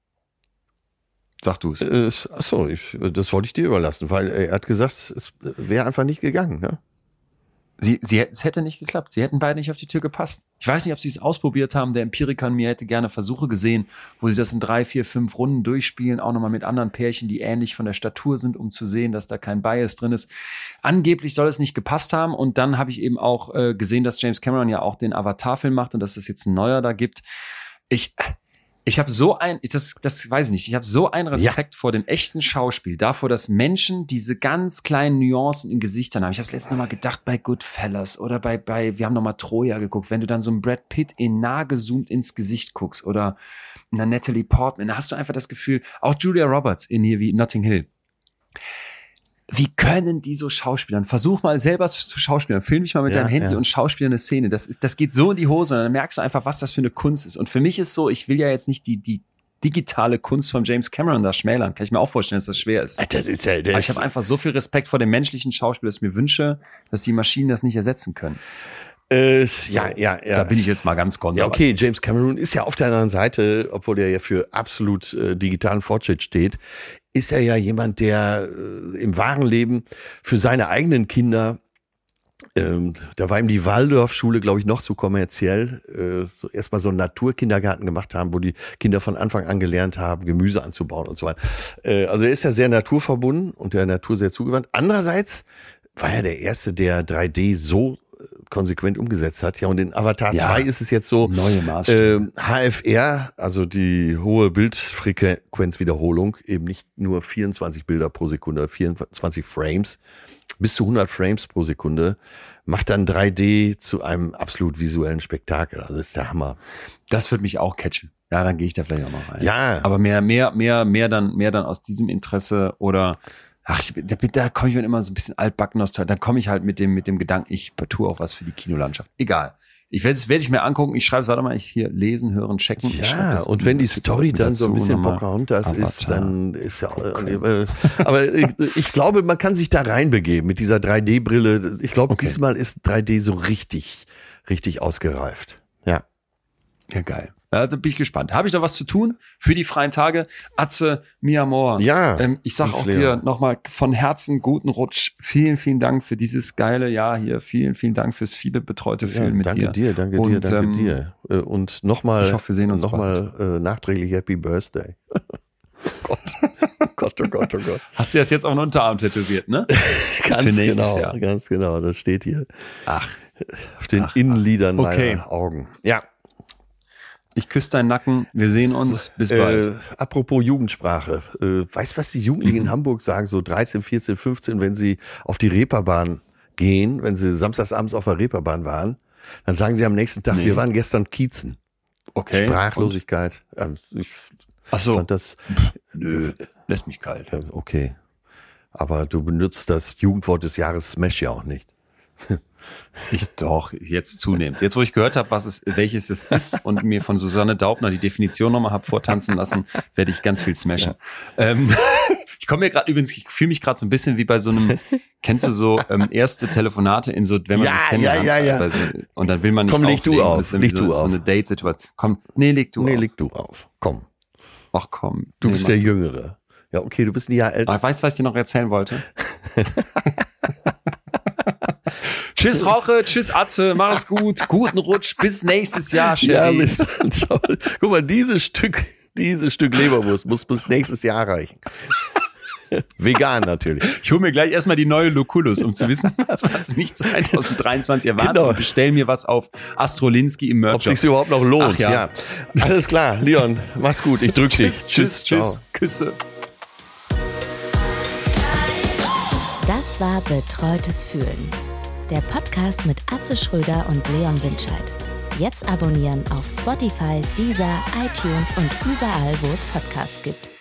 Sag du es. äh, ach so, ich, das wollte ich dir überlassen, weil er hat gesagt, es wäre einfach nicht gegangen. Ne? Sie, sie, hätten- es hätte nicht geklappt. Sie hätten beide nicht auf die Tür gepasst. Ich weiß nicht, ob sie es ausprobiert haben. Der Empiriker in mir hätte gerne Versuche gesehen, wo sie das in drei, vier, fünf Runden durchspielen, auch nochmal mit anderen Pärchen, die ähnlich von der Statur sind, um zu sehen, dass da kein Bias drin ist. Angeblich soll es nicht gepasst haben. Und dann habe ich eben auch äh, gesehen, dass James Cameron ja auch den Avatar-Film macht und dass es jetzt ein neuer da gibt. Ich, ich habe so ein, das, das weiß ich nicht, ich habe so einen Respekt vor dem echten Schauspiel, davor, dass Menschen diese ganz kleinen Nuancen in Gesichtern haben. Ich habe es letztens noch mal gedacht bei Goodfellas oder bei, bei, wir haben noch mal Troja geguckt, wenn du dann so einen Brad Pitt in nah gezoomt ins Gesicht guckst oder eine Natalie Portman, da hast du einfach das Gefühl, auch Julia Roberts in hier wie Notting Hill. Wie können die so schauspielern? Versuch mal selber zu, zu schauspielern. Film dich mal mit Ja, deinem Handy ja. und schauspiel eine Szene. Das ist, das geht so in die Hose und dann merkst du einfach, was das für eine Kunst ist. Und für mich ist so, ich will ja jetzt nicht die, die digitale Kunst von James Cameron da schmälern. Kann ich mir auch vorstellen, dass das schwer ist. Das ist ja, der Aber ich ist, habe einfach so viel Respekt vor dem menschlichen Schauspiel, dass ich mir wünsche, dass die Maschinen das nicht ersetzen können. äh, ja, ja, ja. Da bin ich jetzt mal ganz Ja, konservativ. okay, James Cameron ist ja auf der anderen Seite, obwohl er ja für absolut äh, digitalen Fortschritt steht, ist er ja jemand, der äh, im wahren Leben für seine eigenen Kinder, ähm, da war ihm die Waldorfschule, glaube ich, noch zu kommerziell, äh, so erstmal so einen Naturkindergarten gemacht haben, wo die Kinder von Anfang an gelernt haben, Gemüse anzubauen und so weiter. Äh, also er ist ja sehr naturverbunden und der Natur sehr zugewandt. Andererseits war er der Erste, der drei D so konsequent umgesetzt hat. Ja, und in Avatar Ja. zwei ist es jetzt so, Neue Maßstäbe. ähm, H F R, also die hohe Bildfrequenzwiederholung, eben nicht nur vierundzwanzig Bilder pro Sekunde, vierundzwanzig Frames, bis zu hundert Frames pro Sekunde, macht dann drei D zu einem absolut visuellen Spektakel. Also das ist der Hammer. Das wird mich auch catchen. Ja, dann gehe ich da vielleicht auch noch rein. Ja, Aber mehr, mehr, mehr, mehr dann, mehr dann aus diesem Interesse oder, ach, ich, da, da komme ich mir immer so ein bisschen altbacken aus. Dann komme ich halt mit dem, mit dem Gedanken, ich tue auch was für die Kinolandschaft. Egal. Ich werde es, werde ich mir angucken. Ich schreibe es, warte mal, ich hier lesen, hören, checken. Ich schreibe ja, das und in- wenn die jetzt Story mit dann so ein dazu bisschen nochmal. Pocahontas ist, Avatar. dann ist ja, äh, aber ich, ich glaube, man kann sich da reinbegeben mit dieser drei D-Brille. Ich glaube, Okay. diesmal ist drei D so richtig, richtig ausgereift. Ja. Ja, geil. Ja, da bin ich gespannt. Habe ich noch was zu tun für die freien Tage? Atze, mi amor. Ja. Ähm, ich sag auch dir nochmal von Herzen guten Rutsch. Vielen, vielen Dank für dieses geile Jahr hier. Vielen, vielen Dank fürs viele betreute Fühlen ja, mit danke dir. Dir, danke und, dir, danke ähm, dir. Und nochmal, ich hoffe, wir sehen uns nochmal äh, nachträglich Happy Birthday. Gott. Gott, oh Gott, oh Gott. Hast du das jetzt auf den Unterarm tätowiert, ne? Ganz genau, Jahr. ganz genau. Das steht hier. Ach. Auf den ach, Innenlidern okay. meiner Augen. Ja. Ich küsse deinen Nacken. Wir sehen uns. Bis bald. Äh, apropos Jugendsprache. Äh, weißt du, was die Jugendlichen mhm. in Hamburg sagen? So dreizehn, vierzehn, fünfzehn, wenn sie auf die Reeperbahn gehen, wenn sie samstagsabends auf der Reeperbahn waren, dann sagen sie am nächsten Tag, nee. wir waren gestern Kiezen. Okay. Sprachlosigkeit. Ja, ich Ach so. fand das. Nö, lässt mich kalt. Ja, okay. Aber du benutzt das Jugendwort des Jahres Smash ja auch nicht. Ich doch, jetzt zunehmend. Jetzt, wo ich gehört habe, was es, welches es ist und mir von Susanne Daubner die Definition nochmal habe vortanzen lassen, werde ich ganz viel smashen. Ja. Ähm, ich komme mir gerade übrigens, ich fühle mich gerade so ein bisschen wie bei so einem, kennst du so ähm, erste Telefonate in so, wenn man ja, sich kennenlernt, ja, ja, ja. So, und dann will man nicht komm, leg auflegen. du auf, das ist leg so, du das ist auf. so eine Date-Situation. Komm, nee, leg du nee, auf. Nee, leg du auf. Komm. Ach komm. Du nee, bist der Jüngere. Ja, okay, du bist ein Jahr älter. Aber weißt du, was ich dir noch erzählen wollte? Tschüss Roche, tschüss Atze, mach es gut, guten Rutsch, bis nächstes Jahr, Sherry. Ja, bis, guck mal, dieses Stück, dieses Stück Leberwurst muss bis nächstes Jahr reichen. Vegan natürlich. Ich hole mir gleich erstmal die neue Lucullus, um zu wissen, was, was mich zwanzig dreiundzwanzig erwartet. Genau. Und bestell mir was auf Astrolinski im Merch. Ob sich's überhaupt noch lohnt. Ach, ja. ja. Alles klar, Leon, mach's gut, ich drück dich. Tschüss, tschüss, tschüss, Küsse. Das war Betreutes Fühlen. Der Podcast mit Atze Schröder und Leon Winscheid. Jetzt abonnieren auf Spotify, Deezer, iTunes und überall, wo es Podcasts gibt.